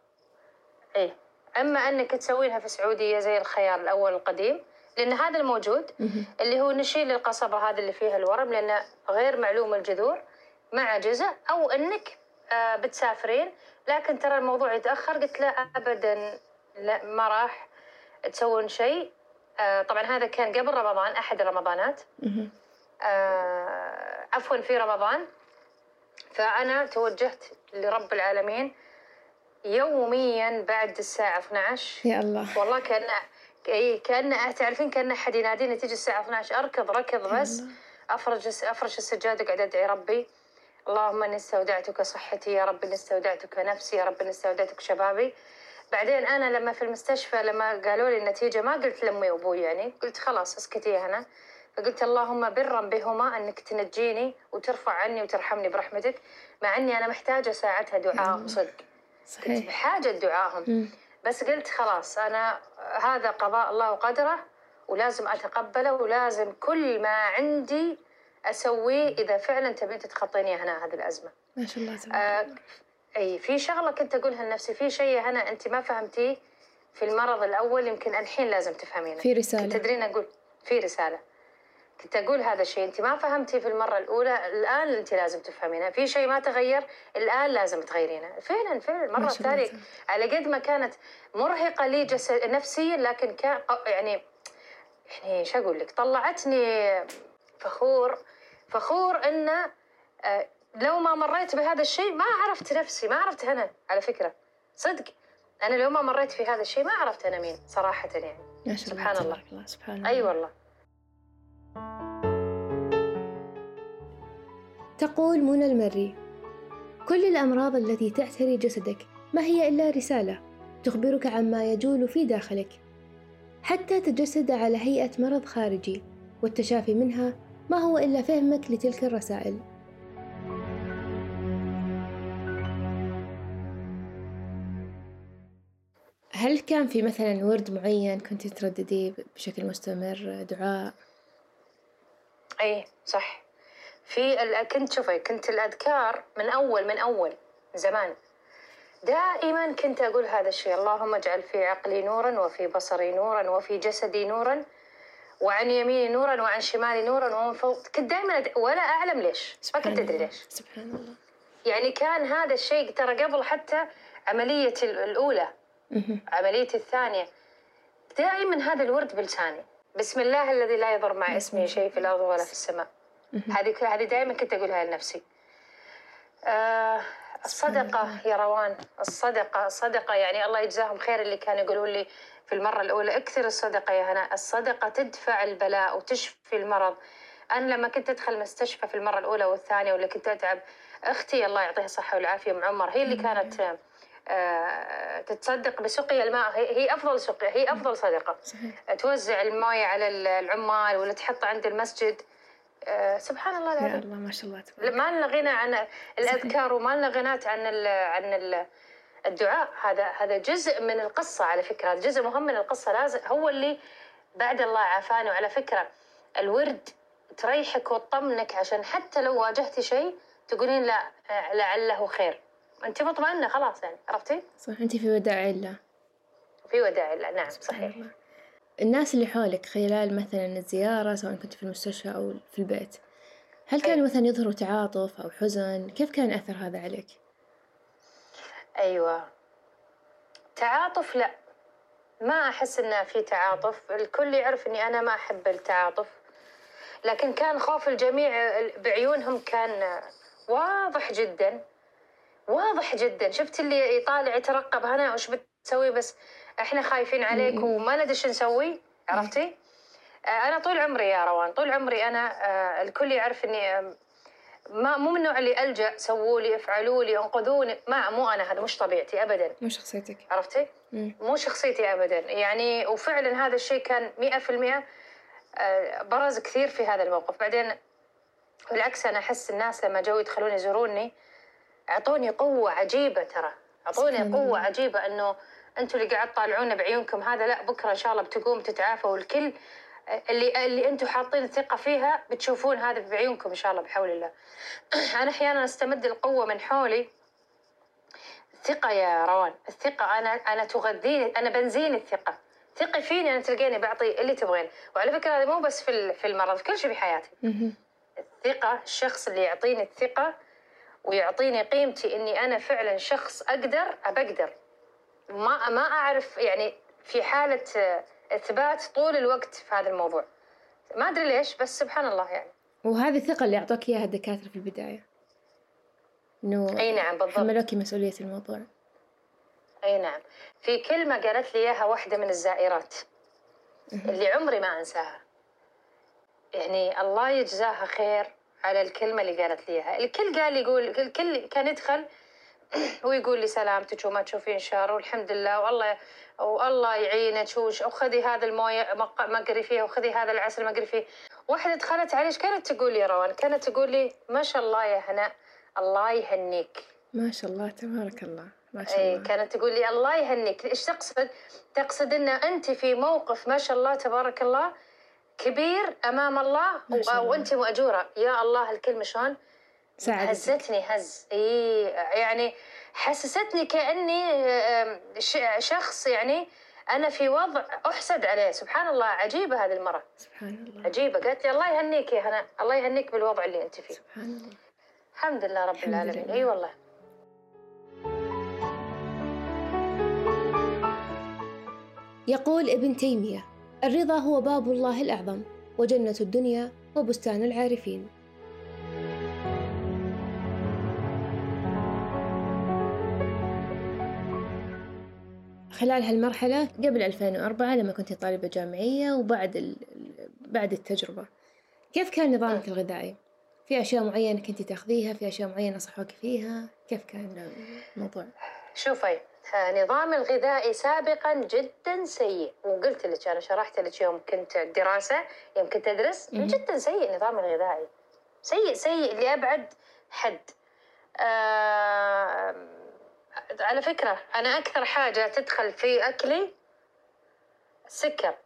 أما أنك تسوينها في السعودية زي الخيار الأول القديم، لأن هذا الموجود اللي هو نشيل القصبة هذه اللي فيها الورم لأنه غير معلوم الجذور مع جزء، أو أنك بتسافرين لكن ترى الموضوع يتأخر. قلت لا أبدا، لا ما راح تسوون شيء. طبعا هذا كان قبل رمضان، أحد رمضانات، عفوا في رمضان. فأنا توجهت لرب العالمين يوميا بعد الساعة 12. يا الله والله كأن تعرفين كأن أحد يناديني تيجي الساعة 12 ركض بس أفرش السجادة وقاعد أدعي ربي اللهم إني استودعتك صحتي يا رب، إني استودعتك نفسي يا رب، إني استودعتك شبابي. بعدين أنا لما في المستشفى لما قالوا لي النتيجة ما قلت لأمي وأبوي، يعني قلت خلاص اسكتي يا هنا. فقلت اللهم برا بهما أنك تنجيني وترفع عني وترحمني برحمتك، مع أني أنا محتاجة ساعتها دعاء صدق. كنت بحاجة دعائهم. بس قلت خلاص أنا هذا قضاء الله وقدره ولازم أتقبله، ولازم كل ما عندي أسويه إذا فعلا تبين تتخطيني يا هنا هذه الأزمة. ما شاء الله أي في شغلة كنت أقولها لنفسي، في شيء يا هنا أنت ما فهمتيه في المرض الأول يمكن الحين لازم تفهمينه. في رسالة كنت تدرين أقول في رسالة، كنت أقول هذا الشيء أنت ما فهمتي في المرة الأولى، الآن أنت لازم تفهمينه. في شيء ما تغير الآن لازم تغيرينه. فعلا المرة الثانية على قد ما كانت مرهقة لي نفسيا، لكن كان يعني شو أقول لك، طلعتني فخور إن لو ما مريت بهذا الشيء ما عرفت نفسي، ما عرفت أنا على فكرة صدق. أنا لو ما مريت في هذا الشيء ما عرفت أنا مين صراحة يعني. ما شاء سبحان الله. سبحان الله. أي والله. تقول منى المري: كل الأمراض التي تعتري جسدك ما هي إلا رسالة تخبرك عما يجول في داخلك، حتى تجسد على هيئة مرض خارجي، والتشافي منها ما هو إلا فهمك لتلك الرسائل. هل كان في مثلا ورد معين كنت تردديه بشكل مستمر، دعاء؟ أي صح. كنت الأذكار من أول زمان دائما كنت أقول هذا الشيء: اللهم اجعل في عقلي نورا وفي بصري نورا وفي جسدي نورا وعن يميني نورا وعن شمالي نورا ومن فوق. كنت دائما ولا أعلم ليش، ما كنت أدري ليش. سبحان الله. يعني كان هذا الشيء ترى قبل حتى عملية الأولى، عملية الثانية، دائما هذا الورد بلساني: بسم الله الذي لا يضر مع اسمه شيء في الأرض ولا في السماء. هذه دائما كنت أقولها لنفسي. الصدقة يا روان، الصدقة يعني الله يجزاهم خير اللي كانوا يقولوا لي في المرة الأولى اكثر الصدقة يا هنا، الصدقة تدفع البلاء وتشفي المرض. أنا لما كنت أدخل المستشفى في المرة الأولى والثانية ولا كنت أتعب، أختي الله يعطيها الصحة والعافية أم عمر هي اللي كانت تتصدق بسقيا الماء. هي أفضل سقيا، هي أفضل صدقة. صحيح. توزع الماء على العمال ولا تحط عند المسجد. سبحان الله العظيم. يا الله ما شاء الله تبارك. ما لنا غنى عن الأذكار وما لنا غنى عن الدعاء. هذا جزء من القصة على فكرة، جزء مهم من القصة، لازم هو اللي بعد الله عافاني. وعلى فكرة الورد تريحك وتطمنك، عشان حتى لو واجهتي شيء تقولين لا لعله خير، أنت مطمئنة خلاص يعني، عرفتي؟ صح، أنت في وداع الله. في وداع لا. نعم سبحان صحيح. الله. الناس اللي حولك خلال مثلا الزيارة سواء كنت في المستشفى أو في البيت، هل كانوا مثلا يظهروا تعاطف أو حزن؟ كيف كان أثر هذا عليك؟ أيوة، تعاطف لا، ما أحس إنه في تعاطف. الكل يعرف إني أنا ما أحب التعاطف، لكن كان خوف الجميع بعيونهم كان واضح جدا، واضح جدا. شفت اللي يطالع يترقب هنا وش بتسوي، بس احنا خايفين عليك وما ندري شو نسوي. عرفتي؟ انا طول عمري يا روان، طول عمري انا الكل يعرف اني ما مو من النوع اللي الجا سووا لي افعلوا لي انقذوني، مو انا، هذا مش طبيعتي ابدا. مو شخصيتك. عرفتي؟ مو شخصيتي ابدا يعني. وفعلا هذا الشيء كان 100% برز كثير في هذا الموقف. بعدين بالعكس انا احس الناس لما جو يدخلون يزوروني اعطوني قوه عجيبه، ترى اعطوني قوه عجيبه انه انتم اللي قاعد تطالعونا بعيونكم هذا، لا بكره ان شاء الله بتقوم تتعافوا، والكل اللي انتم حاطين الثقه فيها بتشوفون هذا بعيونكم ان شاء الله بحول الله. انا احيانا استمد القوه من حولي. الثقه يا روان، الثقه انا تغذيني، انا بنزين الثقه. ثقي فيني، انا تلقيني بعطي اللي تبغين. وعلى فكره هذا مو بس في المرض، في كل شيء في حياتي. الثقه، الشخص اللي يعطيني الثقه ويعطيني قيمتي اني انا فعلا شخص بقدر ما اعرف يعني، في حاله اثبات طول الوقت في هذا الموضوع. ما ادري ليش بس سبحان الله يعني. وهذه الثقة اللي أعطوك إياها الدكاترة في البداية، إنه اي نعم بالضبط، حملوكي مسؤولية الموضوع. اي نعم. في كلمة قالت لي اياها واحدة من الزائرات اللي عمري ما انساها، يعني الله يجزاها خير على الكلمة اللي قالت لي اياها. الكل قال يقول، الكل كان يدخل ويقول لي سلامتك وما تشوفين شر والحمد لله والله يعينك وخذي هذا المويه مقري فيه وخذي هذا العسل مقري فيه. واحدة دخلت علي ايش كانت تقول لي روان؟ كانت تقول لي ما شاء الله يا هناء الله يهنيك. ما شاء الله تبارك الله، ما شاء الله. كانت تقول لي الله يهنيك. ايش تقصد؟ تقصد ان انت في موقف ما شاء الله تبارك الله كبير امام الله وانت مأجورة. يا الله الكلمة شلون هزتني هز. يعني حسستني كأني شخص يعني أنا في وضع أحسد عليه. سبحان الله، عجيبة هذه المرة، سبحان الله عجيبة. قالت لي الله يهنيك يا هنا، الله يهنيك بالوضع اللي أنت فيه. سبحان الله. الحمد لله رب العالمين. أي والله. يقول ابن تيمية: الرضا هو باب الله الأعظم وجنة الدنيا وبستان العارفين. خلال هالمرحلة قبل 2004 لما كنت طالبة جامعية وبعد بعد التجربة، كيف كان نظامك الغذائي؟ في أشياء معينة كنت تاخذيها؟ في أشياء معينة نصحوك فيها؟ كيف كان الموضوع؟ شوفي، نظامي الغذائي سابقا جدا سيء، وقلت لك أنا شرحت لك يوم كنت دراسة، يوم كنت أدرس جدا سيء نظامي الغذائي، سيء لأبعد حد. على فكرة أنا أكثر حاجة تدخل في أكلي سكر.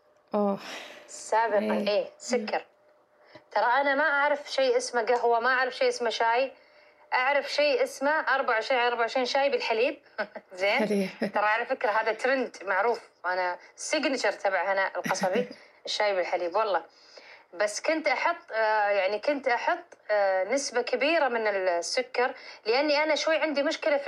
سابقا سكر. ترى أنا ما أعرف شيء اسمه قهوة، ما أعرف شيء اسمه شاي، أعرف شيء اسمه 24 شاي بالحليب. زين. ترى على فكرة هذا ترند معروف، أنا سيجنتشر تبع هنا القصبي الشاي بالحليب والله. بس كنت أحط نسبة كبيرة من السكر، لأني أنا شوي عندي مشكلة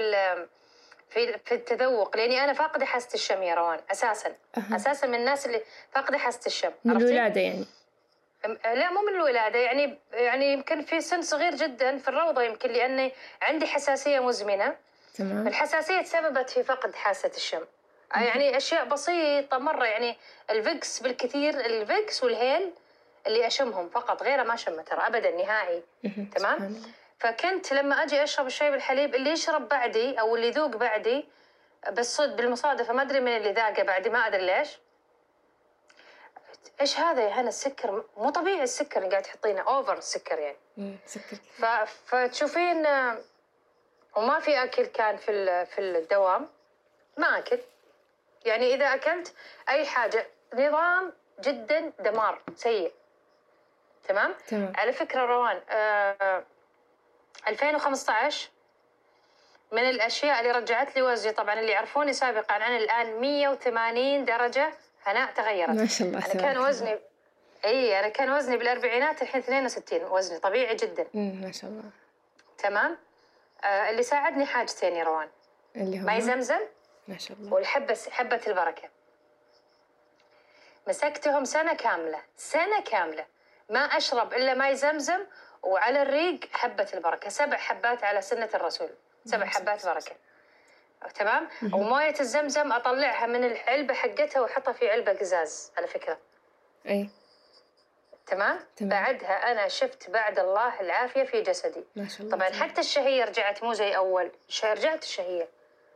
في التذوق، لأني أنا فاقدة حاسة الشم يا روان أساسا من الناس اللي فاقدة حاسة الشم. من الولادة يعني؟ لا مو من الولادة، يعني يمكن في سن صغير جدا في الروضة، يمكن لأني عندي حساسية مزمنة. تمام. الحساسية تسببت في فقد حاسة الشم. يعني أشياء بسيطة مرة، يعني الفيكس بالكثير، الفيكس والهيل اللي أشمهم فقط، غيره ما شمه ترى أبدا نهائي. تمام. فكنت لما أجي أشرب الشاي بالحليب، اللي يشرب بعدي أو اللي يذوق بعدي بس بالمصادفة ما أدري من اللي ذاقه بعدي، ما أدري ليش، إيش هذا يا هنا؟ السكر مو طبيعي، السكر اللي قاعد تحطينه أوفر السكر يعني. سكر. فتشوفين وما في أكل كان في الدوام، ما أكل يعني. إذا أكلت أي حاجة نظام جدا دمار سيء. تمام. تمام. على فكرة روان 2015 من الأشياء اللي رجعت لي وزني، طبعا اللي يعرفوني سابقا أنا الآن 180 درجة هناء تغيرت. ما شاء الله. أنا كان وزني أنا كان وزني بالأربعينات، الحين 62 وزني طبيعي جدا. ما شاء الله. تمام. اللي ساعدني حاجتين يا روان، اللي هو ماء زمزم ما شاء الله، حبة البركة. مسكتهم سنة كاملة ما أشرب إلا ماء زمزم، وعلى الريق حبة البركة، 7 حبات على سنة الرسول، 7 حبات بركة. تمام. وموية الزمزم أطلعها من العلبة حقتها وأحطها في علبة قزاز على فكرة. أي تمام. بعدها أنا شفت بعد الله العافية في جسدي. ما شاء الله. طبعا حتى الشهية رجعت، مو زي أول، رجعت الشهية.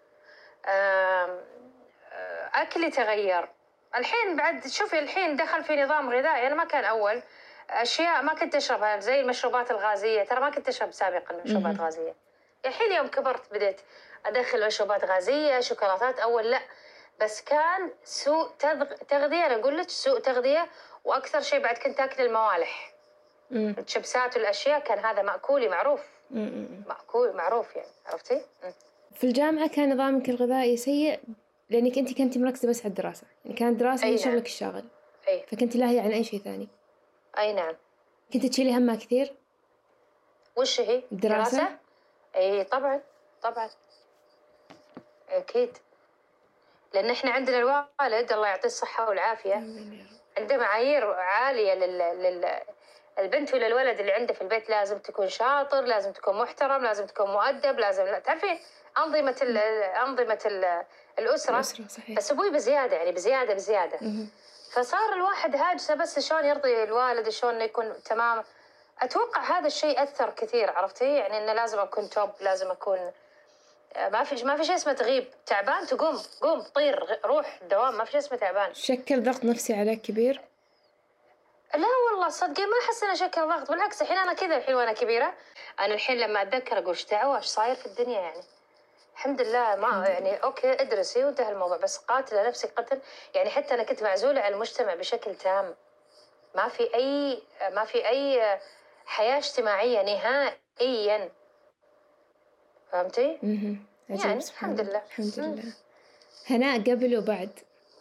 أكلي تغير الحين. بعد شوفي الحين دخل في نظام غذائي. أنا ما كان أول أشياء ما كنت أشربها زي المشروبات الغازية، ترى ما كنت أشرب سابقا مشروبات غازية. الحين يوم كبرت بديت أدخل مشروبات غازية، شوكولاتات. أول لا، بس كان سوء تغذية. أنا أقول لك سوء تغذية. وأكثر شيء بعد كنت أكل الموالح، الشيبسات والأشياء، كان هذا مأكولي معروف. مأكول معروف يعني، عرفتي؟ في الجامعة كان نظامك الغذائي سيء لأنك أنت كنتي مركزة بس على الدراسة، يعني كانت الدراسة هي شغلك الشاغل. فكنتي لاهية عن أي شيء ثاني. أي نعم. كنت تشيلي همها كثير؟ وش هي؟ الدراسة؟ أي طبعا أكيد، لأن إحنا عندنا الوالد الله يعطيه الصحة والعافية عنده معايير عالية البنت ولا الولد اللي عنده في البيت. لازم تكون شاطر، لازم تكون محترم، لازم تكون مؤدب، لازم لا تعرفين أنظمة الأسرة. صحيح. بس أبوي بزيادة، يعني بزيادة. فصار الواحد هاجسه بس شلون يرضي الوالد، شلون يكون تمام. أتوقع هذا الشيء أثر كثير، عرفتي؟ يعني إنه لازم أكون توب، لازم أكون ما في شيء اسمه تغيب، تعبان قوم طير روح الدوام، ما في شيء اسمه تعبان. شكل ضغط نفسي عليك كبير؟ لا والله صدقي ما أحس إنه شكل ضغط، بالعكس الحين أنا كذا الحين وأنا كبيرة. أنا الحين لما أتذكر أقول إيش دعوة إيش صاير في الدنيا يعني. الحمد لله ما يعني أوكي أدرسي وانتهى الموضوع، بس قاتلة نفسي قتل يعني. حتى أنا كنت معزولة عن المجتمع بشكل تام، ما في أي حياة اجتماعية نهائيا، فهمتي؟ يعني الحمد لله. هناء قبل وبعد.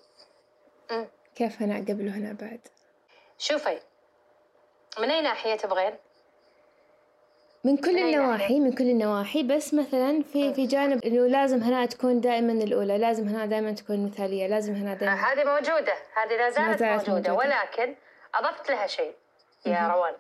كيف هناء قبل وهناء بعد؟ شوفي من أي ناحية تبغين؟ من كل النواحي، بس مثلا في جانب انه لازم هناء تكون دائما الاولى، لازم هناء دائما تكون مثاليه، لازم هناء دائما. هذه موجوده، هذه لا زالت موجوده، ولكن اضفت لها شيء يا روان.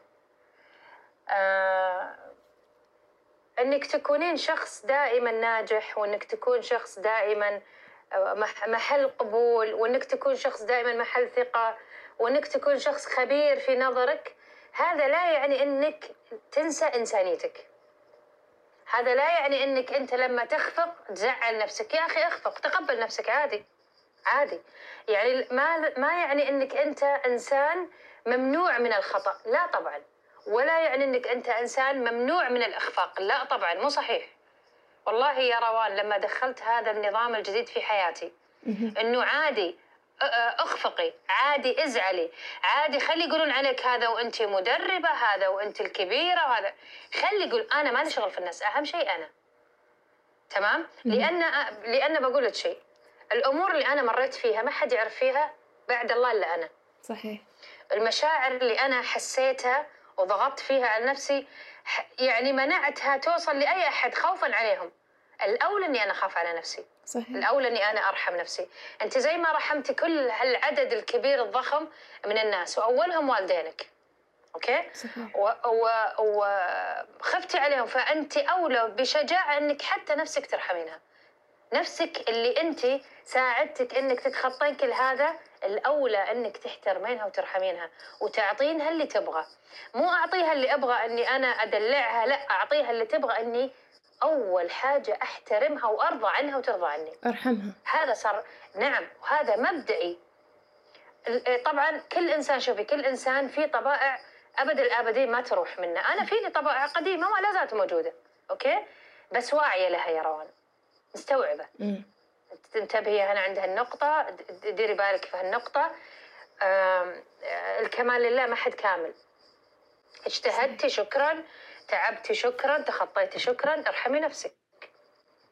انك تكونين شخص دائما ناجح، وانك تكون شخص دائما محل قبول، وانك تكون شخص دائما محل ثقه، وانك تكون شخص خبير في نظرك. هذا لا يعني انك تنسى انسانيتك. هذا لا يعني انك انت لما تخفق تزعل نفسك. يا اخي اخفق، تقبل نفسك عادي. يعني ما يعني انك انت انسان ممنوع من الخطأ، لا طبعا. ولا يعني انك انت انسان ممنوع من الاخفاق، لا طبعا، مو صحيح. والله يا روان لما دخلت هذا النظام الجديد في حياتي، انه عادي اخفقي، عادي ازعلي، عادي خلي يقولون عليك هذا وانت مدربة، هذا وانت الكبيرة، وهذا خلي يقول. انا ما لي شغل في الناس، اهم شيء انا تمام. لان بقول لك شيء، الامور اللي انا مريت فيها ما حد يعرف فيها بعد الله الا انا. صحيح. المشاعر اللي انا حسيتها وضغطت فيها على نفسي، يعني منعتها توصل لاي احد خوفا عليهم. الاولى اني انا اخاف على نفسي. صحيح. الاولى اني انا ارحم نفسي. انت زي ما رحمتي كل هالعدد الكبير الضخم من الناس، واولهم والدينك، اوكي؟ صحيح. وخفتي عليهم، فانت اولى بشجاعه انك حتى نفسك ترحمينها. نفسك اللي انت ساعدتك انك تتخطين كل هذا، الاولى انك تحترمينها وترحمينها وتعطينها اللي تبغى. مو اعطيها اللي ابغى اني انا ادلعها، لا، اعطيها اللي تبغى اني اول حاجه احترمها وارضى عنها وترضى عني، ارحمها. هذا صار نعم، وهذا مبدئي. طبعا كل انسان، شوفي كل انسان في طبائع ابد الابدين ما تروح منه. انا فيني طبائع قديمه ما لا زالت موجوده، اوكي، بس واعيه لها يا روان، مستوعبه. انتبهي هنا عند هالنقطه، ديري بالك في هالنقطه. الكمال لله، ما حد كامل. اجتهدتي شكرا، تعبتي شكرا، تخطيتي شكرا، ارحمي نفسك.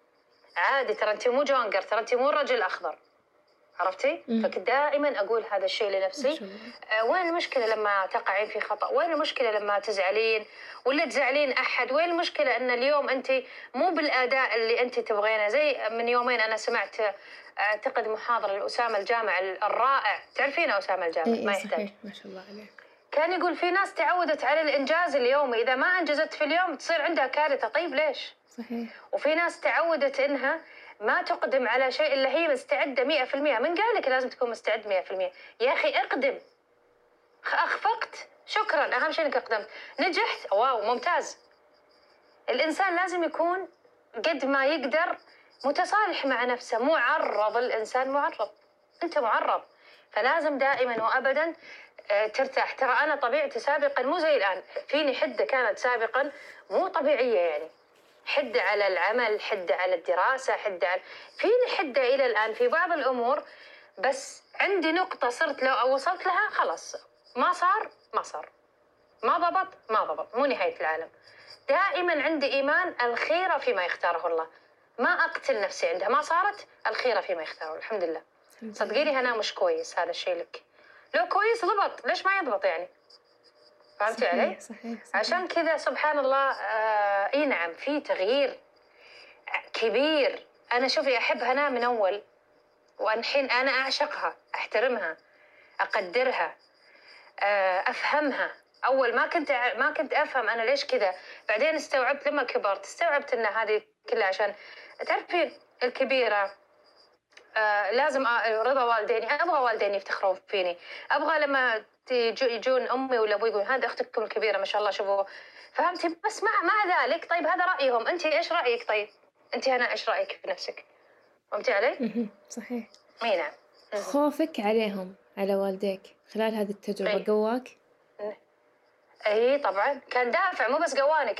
عادي، ترى أنت مو جونجر، ترى أنت مو الرجل الأخضر، عرفتي؟ فكنت دائما أقول هذا الشيء لنفسي. وين المشكلة لما تقعين في خطأ؟ وين المشكلة لما تزعلين ولا تزعلين أحد؟ وين المشكلة أن اليوم أنت مو بالأداء اللي أنت تبغينه؟ زي من يومين أنا سمعت أعتقد محاضرة لأسامة الجامع الرائع، تعرفين أسامة الجامع؟ إيه ما يحتاج. صحيح، ما شاء الله عليه. كان يقول في ناس تعودت على الإنجاز اليومي، إذا ما أنجزت في اليوم تصير عندها كارثة. طيب ليش؟ صحيح. وفي ناس تعودت إنها ما تقدم على شيء إلا هي مستعدة 100%. من قال لك لازم تكون مستعد 100%؟ يا أخي اقدم. أخفقت، شكرا، أهم شيء إنك أقدمت. نجحت، واو ممتاز. الإنسان لازم يكون قد ما يقدر متصالح مع نفسه. معرض، الإنسان معرض، أنت معرض، فلازم دائما وأبدا ترتاح. ترى أنا طبيعتي سابقا مو زي الآن، فيني حدة كانت سابقا مو طبيعية، يعني حدة على العمل، حدة على الدراسة، فيني حدة إلى الآن في بعض الأمور، بس عندي نقطة صرت لو وصلت لها خلاص، ما صار ما صار، ما ضبط ما ضبط، مو نهاية العالم. دائما عندي إيمان الخيرة فيما يختاره الله، ما أقتل نفسي عندها، ما صارت الخيرة فيما يختاره. الحمد لله. صدقيني أنا مش كويس، هذا الشيء لك. لو كويس ضبط، ليش ما يضبط يعني؟ فهمتي علي؟ صحيح. عشان كذا سبحان الله. اي نعم، في تغيير كبير. انا شوفي احب هنا من اول، والحين انا اعشقها، احترمها، اقدرها، افهمها. اول ما كنت افهم انا ليش كذا، بعدين استوعبت لما كبرت، استوعبت ان هذه كلها عشان تعرفين الكبيره. لازم رضا والديني، ابغى والديني يفتخرون فيني، ابغى لما يجون امي ولا ابوي يقول هذا اختكم الكبيره ما شاء الله شوفوا، فهمتي؟ بس مع ذلك طيب هذا رايهم، انت ايش رايك؟ طيب انت هنا ايش رايك في نفسك؟ فهمتي علي؟ صحيح. اي نعم. خوفك عليهم، على والديك خلال هذه التجربة قواك؟ اي طبعا كان دافع، مو بس قواني،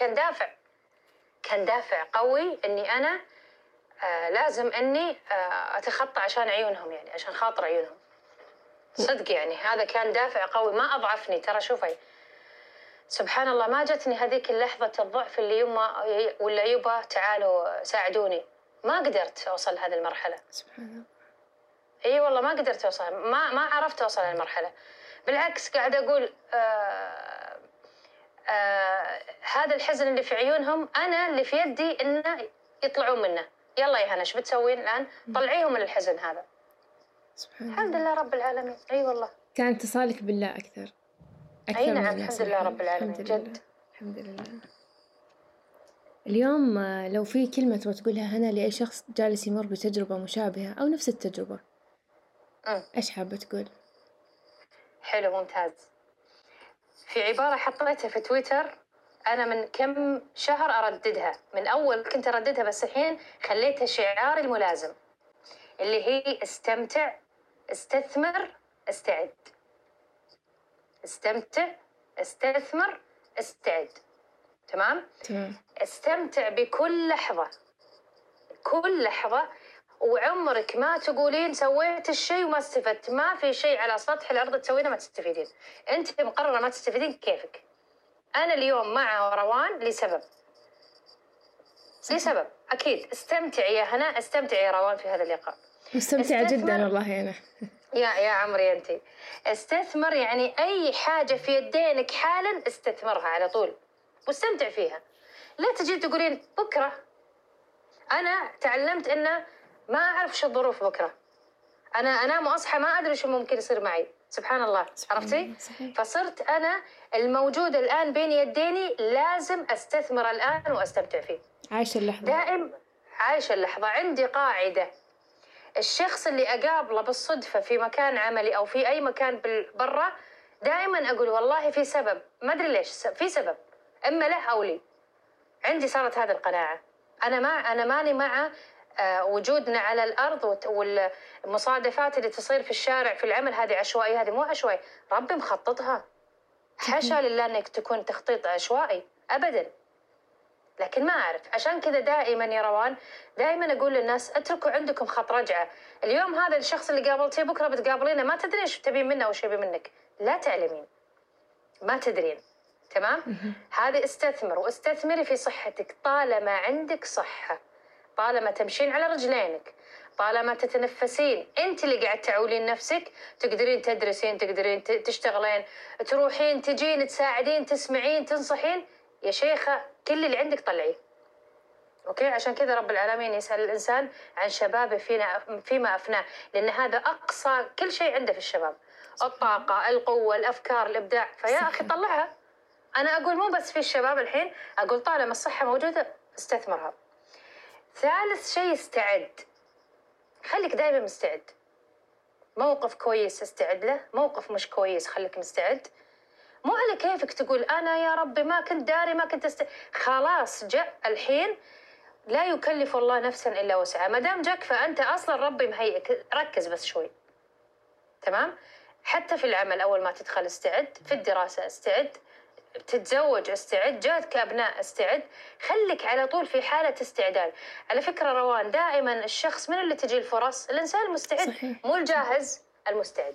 كان دافع قوي اني انا لازم اني اتخطى عشان عيونهم، يعني عشان خاطر عيونهم. صدق يعني هذا كان دافع قوي، ما اضعفني. ترى شوفي سبحان الله، ما جتني هذيك اللحظة الضعف اللي يما ولا يبا تعالوا ساعدوني، ما قدرت اوصل لهذه المرحلة. سبحان الله. اي والله ما قدرت اوصل، ما عرفت اوصل للمرحلة. بالعكس قاعد اقول هذا الحزن اللي في عيونهم انا اللي في يدي انه يطلعون منه. يلا يا هنا ايش بتسوين الان؟ طلعيهم من الحزن هذا. سبحان الحمد لله رب العالمين. اي والله كان اتصالك بالله اكثر اي من نعم. الناس. الحمد لله رب العالمين. الحمد جد لله. الحمد لله. اليوم لو في كلمة تبغى تقولها هنا لأي شخص جالس يمر بتجربة مشابهة أو نفس التجربة، إيش حابة تقول؟ حلو، ممتاز. في عبارة حطيتها في تويتر أنا من كم شهر أرددها، من أول كنت أرددها بس الحين خليتها شعاري الملازم، اللي هي استمتع، استثمر، استعد. استمتع، استثمر، استعد. تمام؟ استمتع بكل لحظة، كل لحظة، وعمرك ما تقولين سويت الشيء وما استفدت. ما في شيء على سطح الأرض تسوينه ما تستفيدين. أنت مقررة ما تستفيدين، كيفك. أنا اليوم مع روان لسبب أكيد. استمتعي يا هنا، استمتعي يا روان في هذا اللقاء. مستمتعة جدا والله أنا. يا عمري أنت. استثمر يعني أي حاجة في يدينك حالا استثمرها على طول واستمتع فيها. لا تجي تقولين بكرة. أنا تعلمت إنه ما أعرف شو الظروف بكرة، أنا أنام وأصحى ما أدري شو ممكن يصير معي. سبحان الله. عرفتي؟ فصرت أنا الموجود الآن بين يديني لازم أستثمر الآن وأستمتع فيه. عايشة اللحظة، دائم عايشة اللحظة. عندي قاعدة، الشخص اللي أقابله بالصدفة في مكان عملي أو في أي مكان برا، دائما أقول والله في سبب، ما أدري ليش في سبب، إما له أو لي. عندي صارت هذه القناعة. أنا ماني مع وجودنا على الأرض والمصادفات اللي تصير في الشارع في العمل، هذه عشوائي، هذه مو عشوائي، ربي مخططها. حاشا لله أنك تكون تخطيط عشوائي أبدا. لكن ما أعرف، عشان كذا دائما يا روان دائما أقول للناس اتركوا عندكم خط رجعة. اليوم هذا الشخص اللي قابلتيه بكرة بتقابلينه ما تدرين ايش تبين منه أو ايش يبي منك، لا تعلمين، ما تدرين. تمام؟ هذه استثمر واستثمري في صحتك طالما عندك صحة، طالما تمشين على رجلينك، طالما تتنفسين، انت اللي قاعد تعولين نفسك، تقدرين تدرسين، تقدرين تشتغلين، تروحين تجين، تساعدين، تسمعين، تنصحين، يا شيخة كل اللي عندك طلعيه. اوكي، عشان كذا رب العالمين يسأل الانسان عن شبابه فيما افناه، لان هذا اقصى كل شيء عنده في الشباب، الطاقة، القوة، الافكار، الابداع، فيا اخي طلعها. انا اقول مو بس في الشباب الحين، اقول طالما الصحة موجودة استثمرها. ثالث شيء استعد، خليك دائما مستعد. موقف كويس استعد له، موقف مش كويس خليك مستعد. مو على كيفك تقول انا يا ربي ما كنت داري، ما كنت خلاص جاء الحين، لا يكلف الله نفسا الا وسعها، ما دام جاك فانت اصلا ربي مهيئك، ركز بس شوي. تمام؟ حتى في العمل اول ما تدخل استعد، في الدراسة استعد، تتزوج استعد، جاتك ابناء استعد، خليك على طول في حالة استعداد. على فكرة روان، دائما الشخص من اللي تجي الفرص؟ الانسان المستعد. صحيح. مو الجاهز، المستعد.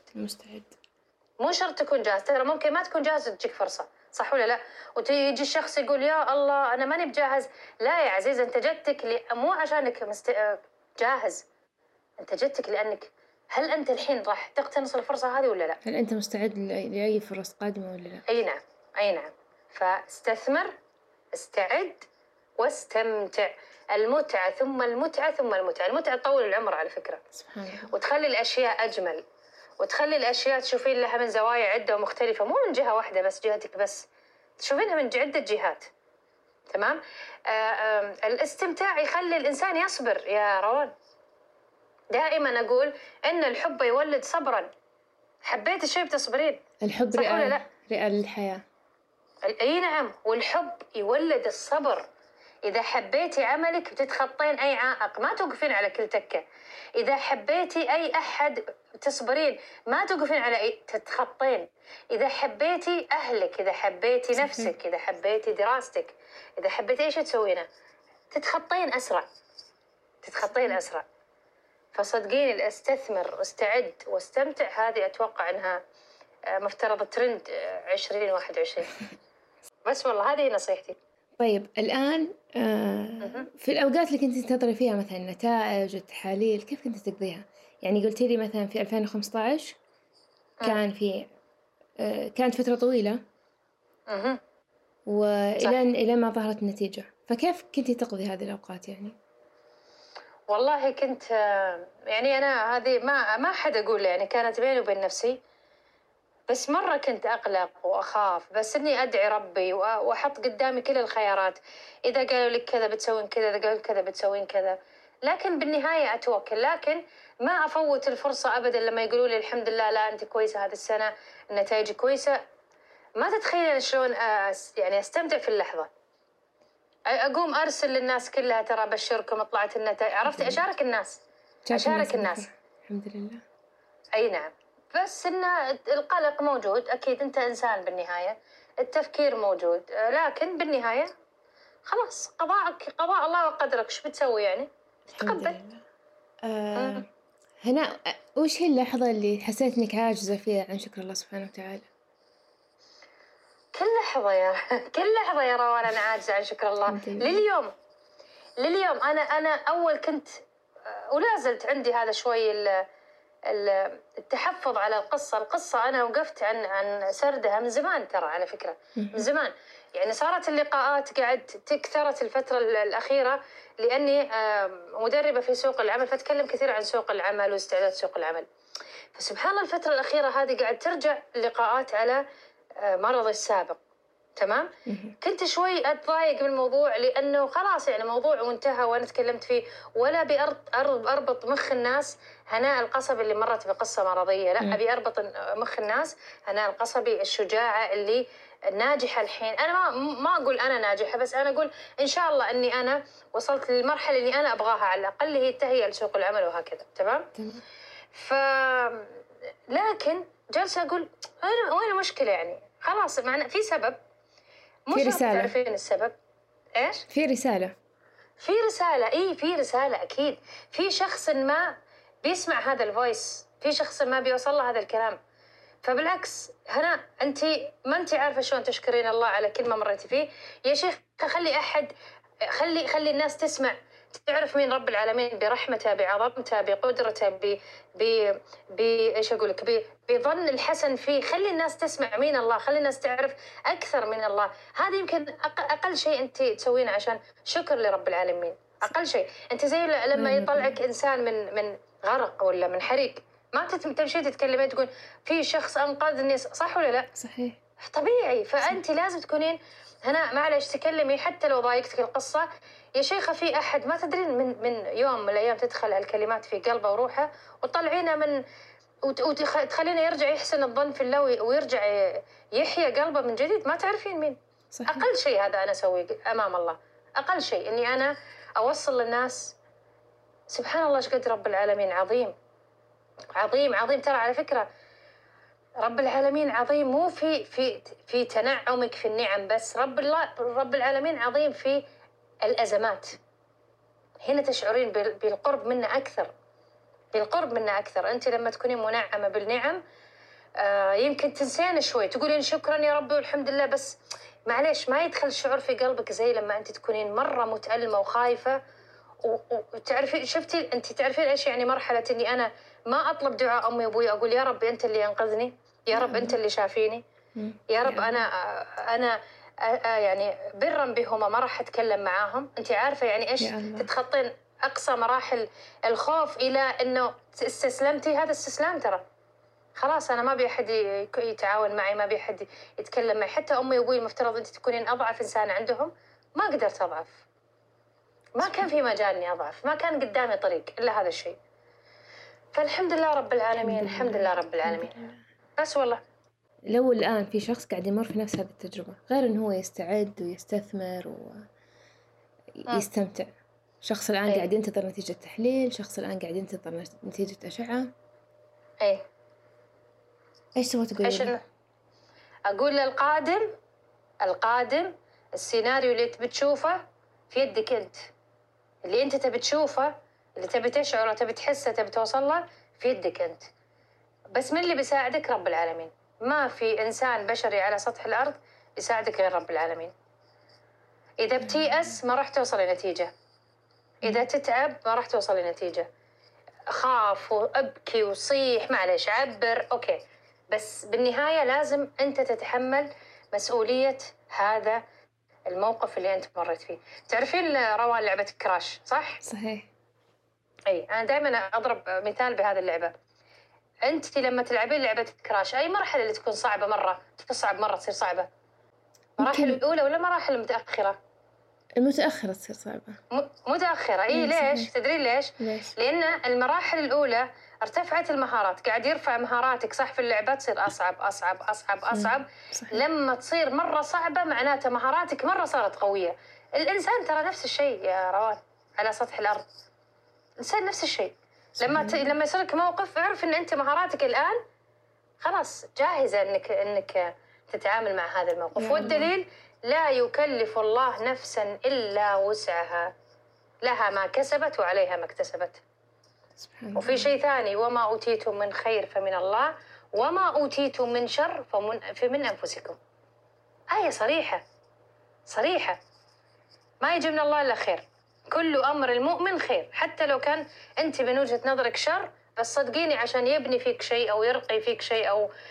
مو شرط تكون جاهز، ترى ممكن ما تكون جاهز وتجيك فرصة، صح ولا لا؟ وتيجي الشخص يقول يا الله انا ماني بجاهز. لا يا عزيز، انت جتك مو عشانك جاهز، انت جتك لانك، هل انت الحين راح تقتنص الفرصة هذه ولا لا؟ هل أنت مستعد لأي فرص قادمة ولا لا؟ اي نعم، اي نعم. فاستثمر، استعد، واستمتع. المتعة ثم المتعة ثم المتعة. المتعة تطول العمر على فكرة، سبحان الله. وتخلي الأشياء أجمل، وتخلي الأشياء تشوفين لها من زوايا عدة ومختلفة، مو من جهة واحدة بس، جهتك بس، تشوفينها من عدة جهات. تمام؟ الاستمتاع يخلي الإنسان يصبر يا روان. دائما أقول إن الحب يولد صبرا. حبيت الشيء بتصبرين. الحب صح ولا لا؟ رئة للحياة. اي نعم، والحب يولد الصبر. اذا حبيتي عملك بتتخطين اي عائق، ما توقفين على كل تكه. اذا حبيتي اي احد تصبرين، ما توقفين على اي، تتخطين. اذا حبيتي اهلك، اذا حبيتي نفسك، اذا حبيتي دراستك، اذا حبيتي ايش تسوينه، تتخطين اسرع، تتخطين اسرع. فصدقيني، استثمر واستعد واستمتع، هذه اتوقع انها مفترض ترند 2021. بس والله هذه نصيحتي. طيب الآن في الأوقات اللي كنت تنتظري فيها مثلا نتائج التحاليل، كيف كنت تقضيها؟ يعني قلتي لي مثلا في 2015 كان في كانت فترة طويلة إلى ما ظهرت النتيجة، فكيف كنت تقضي هذه الأوقات يعني؟ والله كنت يعني أنا هذه ما حد أقول، يعني كانت بيني وبين نفسي، بس مرة كنت أقلق وأخاف، بس إني أدعي ربي وأحط قدامي كل الخيارات. إذا قالوا لك كذا بتسوين كذا، إذا قالوا لك كذا بتسوين كذا، لكن بالنهاية أتوكل. لكن ما أفوت الفرصة أبدا لما يقولوا لي الحمد لله لا أنت كويسة هذه السنة، النتائج كويسة. ما تتخيل شلون يعني أستمتع في اللحظة. أقوم أرسل للناس كلها ترى بشركم طلعت النتائج، عرفت، أشارك الناس، أشارك الناس. الحمد لله. أي نعم. بس إن القلق موجود أكيد، أنت إنسان بالنهاية، التفكير موجود، لكن بالنهاية خلاص قضاءك قضاء الله وقدرك، شو بتسوي يعني؟ تقبل. هنا وش هي اللحظة اللي حسيت إنك عاجزة فيها عن شكر الله سبحانه وتعالى؟ كل لحظة كل لحظة يا روان أنا عاجزة عن شكر الله. لليوم أنا أول كنت ولا زلت عندي هذا شوي التحفظ على القصة أنا وقفت عن سردها من زمان، ترى على فكرة من زمان. يعني صارت اللقاءات قاعد تكثرت الفترة الأخيرة، لأني مدربة في سوق العمل، فأتكلم كثير عن سوق العمل واستعداد سوق العمل. فسبحان الله الفترة الأخيرة هذه قاعد ترجع اللقاءات على مرضي السابق. تمام؟ كنت شوي أتضايق من الموضوع، لأنه خلاص يعني موضوع وانتهى وأنا تكلمت فيه، ولا أربط مخ الناس هناء القصبي اللي مرت بقصة مرضية، لا أبي أربط مخ الناس هناء القصبي الشجاعة اللي ناجحة الحين. أنا ما أقول أنا ناجحة، بس أنا أقول إن شاء الله أني أنا وصلت للمرحلة اللي أنا أبغاها على الأقل، اللي هي التهيئة لسوق العمل وهكذا. تمام؟ لكن جالسة أقول وين المشكلة يعني؟ خلاص معنا في سبب، مو شرط تعرفين السبب. إيش؟ في رسالة. في رسالة أكيد. في شخص ما بيسمع هذا الفويس، في شخص ما بيوصل له هذا الكلام. فبالعكس هنا أنت ما أنت عارفة شلون تشكرين الله على كل ما مريتي فيه يا شيخ. خلي الناس تعرف مين رب العالمين برحمته، بعظمته، بقدرته، ايش اقول لك، بظن الحسن فيه. خلي الناس تسمع مين الله، خلي الناس تعرف اكثر من الله. هذا يمكن اقل شيء انت تسوينه عشان شكر لرب العالمين. اقل شيء انت زي لما يطلعك انسان من غرق ولا من حريق، ما تمشي تتكلمين تقول في شخص انقذني، صح ولا لا؟ صحيح. طبيعي. فانت لازم تكونين هنا معلش تكلمي حتى لو ضايقتك القصه يا شيخه. في احد ما تدرين من يوم من الايام تدخل هالكلمات في قلبه وروحه وتطلعينه من وتخلينه يرجع يحسن الظن في الله ويرجع يحيى قلبه من جديد. ما تعرفين مين. صحيح. اقل شيء هذا انا اسويه امام الله، اقل شيء اني انا اوصل للناس سبحان الله ايش قد رب العالمين عظيم عظيم عظيم. ترى على فكره رب العالمين عظيم مو في تنعمك في النعم بس، رب العالمين عظيم في الأزمات. هنا تشعرين بالقرب منه أكثر، بالقرب منه أكثر. أنت لما تكونين منعمة بالنعم يمكن تنسين شوي، تقولين شكرا يا ربي والحمد لله، بس معليش ما يدخل الشعور في قلبك زي لما أنت تكونين مرة متألمة وخايفة. وتعرفين شفتي أنت تعرفين إيش يعني مرحلة إني أنا ما أطلب دعاء أمي وأبوي، أقول يا رب أنت اللي أنقذني، يا رب أنت اللي شافيني، يا رب أنا يعني برا بهما ما راح أتكلم معاهم. أنت عارفة يعني إيش تتخطين أقصى مراحل الخوف إلى إنه استسلمتي. هذا استسلام ترى، خلاص أنا ما بيحد يتعاون معي، ما بيحد يتكلم معي. حتى أمي وأبوي المفترض أنت تكونين أضعف إنسان عندهم، ما قدرت أضعف، ما كان في مجال إني أضعف، ما كان قدامي طريق إلا هذا الشيء. فالحمد لله رب العالمين، الحمد لله رب العالمين. بس والله لو الآن في شخص قاعد يمر في نفس هذه التجربة، غير إنه هو يستعد ويستثمر ويستمتع، شخص الآن قاعد ينتظر نتيجة تحليل، شخص الآن قاعد ينتظر نتيجة أشعة، إيش تبغى تقول؟ أقول القادم السيناريو اللي تبي تشوفه في يدك أنت، اللي أنت تبي تشوفه، اللي تبي تشعره، تبي تحسه، تبي توصل له، في يدك أنت. بس من اللي بيساعدك؟ رب العالمين. ما في إنسان بشري على سطح الأرض يساعدك غير رب العالمين. إذا بتيأس ما راح توصل لنتيجة، إذا تتعب ما راح توصل لنتيجة. خاف وأبكي وصيح معلش عبر أوكي، بس بالنهاية لازم أنت تتحمل مسؤولية هذا الموقف اللي أنت مريت فيه. تعرفين روان لعبة كراش صح؟ صحيح. أي أنا دائما أضرب مثال بهذه اللعبة. أنت لما تلعبين لعبة كراش أي مرحلة اللي تكون صعبة مرة تصعب مرة تصير صعبة؟ مراحل الأولى ولا مراحل المتأخرة؟ المتأخرة تصير صعبة. متأخرة. إيه ليش؟ تدرين ليش؟ لأن المراحل الأولى ارتفعت المهارات، قاعد يرفع مهاراتك صح في اللعبة، تصير أصعب أصعب أصعب أصعب. لما تصير مرة صعبة معناته مهاراتك مرة صارت قوية. الإنسان ترى نفس الشيء يا روان على سطح الأرض، الإنسان نفس الشيء. لما يصير لك موقف اعرف إن أنت مهاراتك الآن خلاص جاهزة إنك تتعامل مع هذا الموقف. والدليل لا يكلف الله نفسا إلا وسعها، لها ما كسبت وعليها ما اكتسبت. وفي شيء ثاني، وما أوتيتم من خير فمن الله وما أوتيتم من شر فمن أنفسكم. آية صريحة صريحة، ما يجي من الله إلا خير. كل أمر المؤمن خير، حتى لو كان أنت من وجهة نظرك شر، بس صدقيني عشان يبني فيك شيء أو يرقي فيك شيء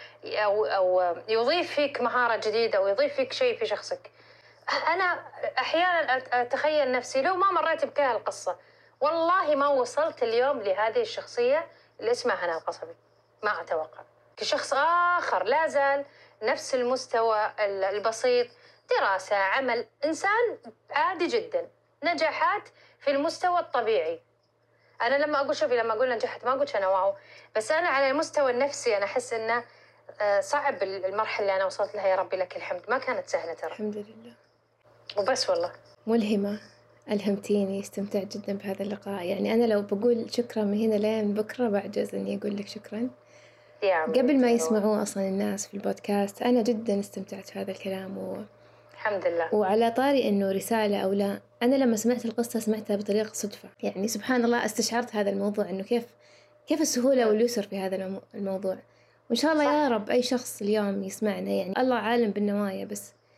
أو يضيف فيك مهارة جديدة أو يضيف فيك شيء في شخصك. أنا أحيانا أتخيل نفسي لو ما مريت بكل هالقصة والله ما وصلت اليوم لهذه الشخصية اللي اسمها هنا القصبي. ما أتوقع كشخص آخر لا زال نفس المستوى البسيط، دراسة، عمل، إنسان عادي جدا، نجاحات في المستوى الطبيعي. أنا لما أقول شوفي لما أقول نجحت ما أقولش أنا واو، بس أنا على المستوى النفسي أنا أحس إنه صعب المرحلة اللي أنا وصلت لها. يا ربي لك الحمد، ما كانت سهلة ترى. الحمد لله. وبس والله ملهمة، ألهمتيني، استمتعت جدا بهذا اللقاء. يعني أنا لو بقول شكرا من هنا لين بكرة بعجز إني أقول لك شكرا. قبل ما يسمعوه أصلا الناس في البودكاست، أنا جدا استمتعت في هذا الكلام الحمد لله. وعلى طاري إنه رسالة أو لا، أنا لما سمعت القصة سمعتها بطريقة صدفة، يعني سبحان الله استشعرت هذا الموضوع إنه كيف السهولة واليسر في هذا الموضوع. وإن شاء الله يا رب أي شخص اليوم يسمعنا، يعني الله عالم بالنوايا، بس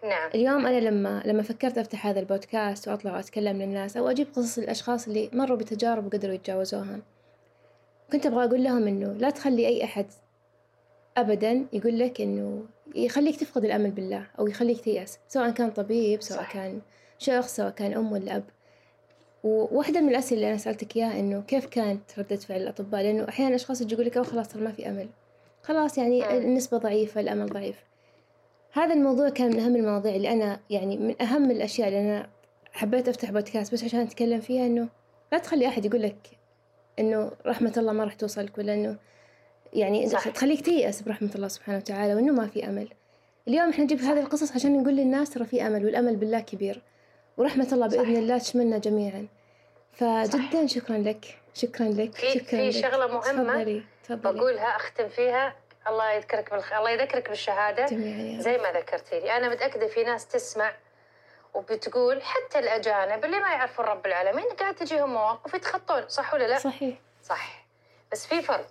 نعم. اليوم أنا لما فكرت أفتح هذا البودكاست وأطلع وأتكلم للناس أو أجيب قصص الأشخاص اللي مروا بتجارب وقدروا يتجاوزوها، كنت أبغى أقول لهم إنه لا تخلي أي أحد أبداً يقول لك إنه يخليك تفقد الأمل بالله أو يخليك تيأس، سواء كان طبيب، سواء صح. كان شخص، سواء كان أم ولا أب. وواحدة من الأسئلة اللي أنا سألتك إياها إنه كيف كانت ردة فعل الأطباء، لأنه أحياناً أشخاص يجي يقول لك خلاص ترى ما في أمل، خلاص يعني النسبة ضعيفة، الأمل ضعيف. هذا الموضوع كان من أهم المواضيع اللي أنا يعني من أهم الأشياء اللي أنا حبيت أفتح بودكاست بس عشان أتكلم فيها، إنه لا تخلي أحد يقول لك إنه رحمة الله ما راح توصلك، ولا إنه يعني صح. تخليك تيأس برحمة الله سبحانه وتعالى وإنه ما في أمل. اليوم إحنا نجيب هذه القصص عشان نقول للناس ترى في أمل، والأمل بالله كبير، ورحمة الله بإذن صح. الله تشملنا جميعا. فجدا صح. شكرا لك، شكرا لك، شكرا في لك. شغلة مهمة تفضلي. بقولها أختم فيها، الله يذكرك الله يذكرك بالشهادة جميعا يا زي رب. ما ذكرتي لي. أنا متأكدة في ناس تسمع وبتقول حتى الأجانب اللي ما يعرفون رب العالمين قاعد تجيهم مواقف يتخطون، صح ولا لا؟ صحيح. صح. بس في فرق،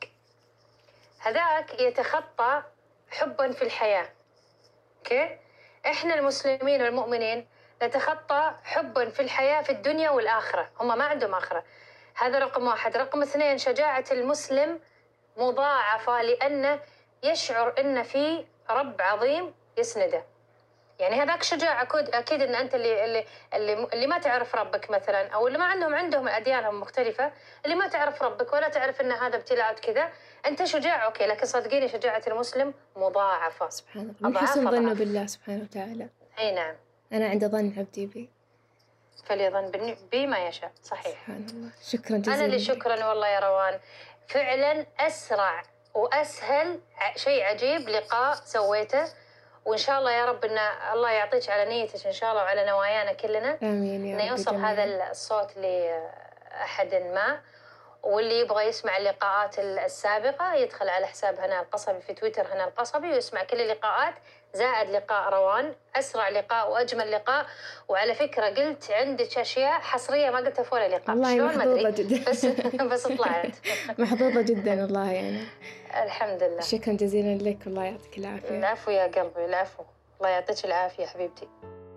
هذاك يتخطى حبا في الحياة، اوكي؟ احنا المسلمين والمؤمنين نتخطى حبا في الحياة في الدنيا والآخرة، هم ما عندهم آخرة. هذا رقم واحد. رقم اثنين، شجاعة المسلم مضاعفة لأنه يشعر أن في رب عظيم يسنده. يعني هذاك شجاعة أكيد أن أنت اللي ما تعرف ربك مثلا، أو اللي ما عندهم أديانهم مختلفة، اللي ما تعرف ربك ولا تعرف أن هذا ابتلاء كذا، أنت شجاع أوكي، لكن صدقيني شجاعة المسلم مضاعفة. سبحان الله، من حسن ظنه أضعاف. بالله سبحانه وتعالى. أي نعم. أنا عند ظن عبدي بي، فليظن بي ما يشاء. صحيح. سبحان الله. شكرا جزيلا. أنا اللي شكرا والله يا روان، فعلا أسرع وأسهل شيء عجيب لقاء سويته، وإن شاء الله يا رب إن الله يعطيك على نيتك إن شاء الله وعلى نوايانا كلنا، آمين يا رب. إنه يوصل هذا الصوت لأحد ما. واللي يبغى يسمع اللقاءات السابقة يدخل على حساب هنا القصبي في تويتر، هنا القصبي، ويسمع كل اللقاءات زائد لقاء روان، أسرع لقاء وأجمل لقاء. وعلى فكرة قلت عندك أشياء حصرية ما قلتها في ولا لقاء. والله محظوظة جدا. بس طلعت محظوظة جدا والله يعني. الحمد لله. شكرا جزيلا لك، الله يعطيك العافية. العفو يا قلبي، العفو. الله يعطيك العافية حبيبتي.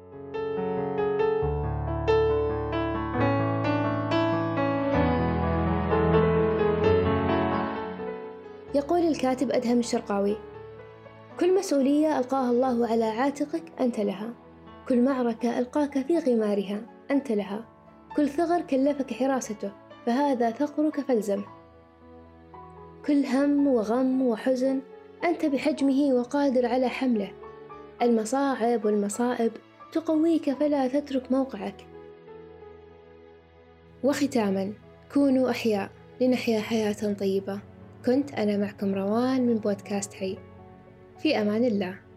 يقول الكاتب أدهم الشرقاوي: كل مسؤولية ألقاها الله على عاتقك أنت لها، كل معركة ألقاك في غمارها أنت لها، كل ثغر كلفك حراسته فهذا ثغرك فالزمه، كل هم وغم وحزن أنت بحجمه وقادر على حمله، المصاعب والمصائب تقويك فلا تترك موقعك. وختاما، كونوا أحياء لنحيا حياة طيبة. كنت أنا معكم روان من بودكاست حي. في أمان الله.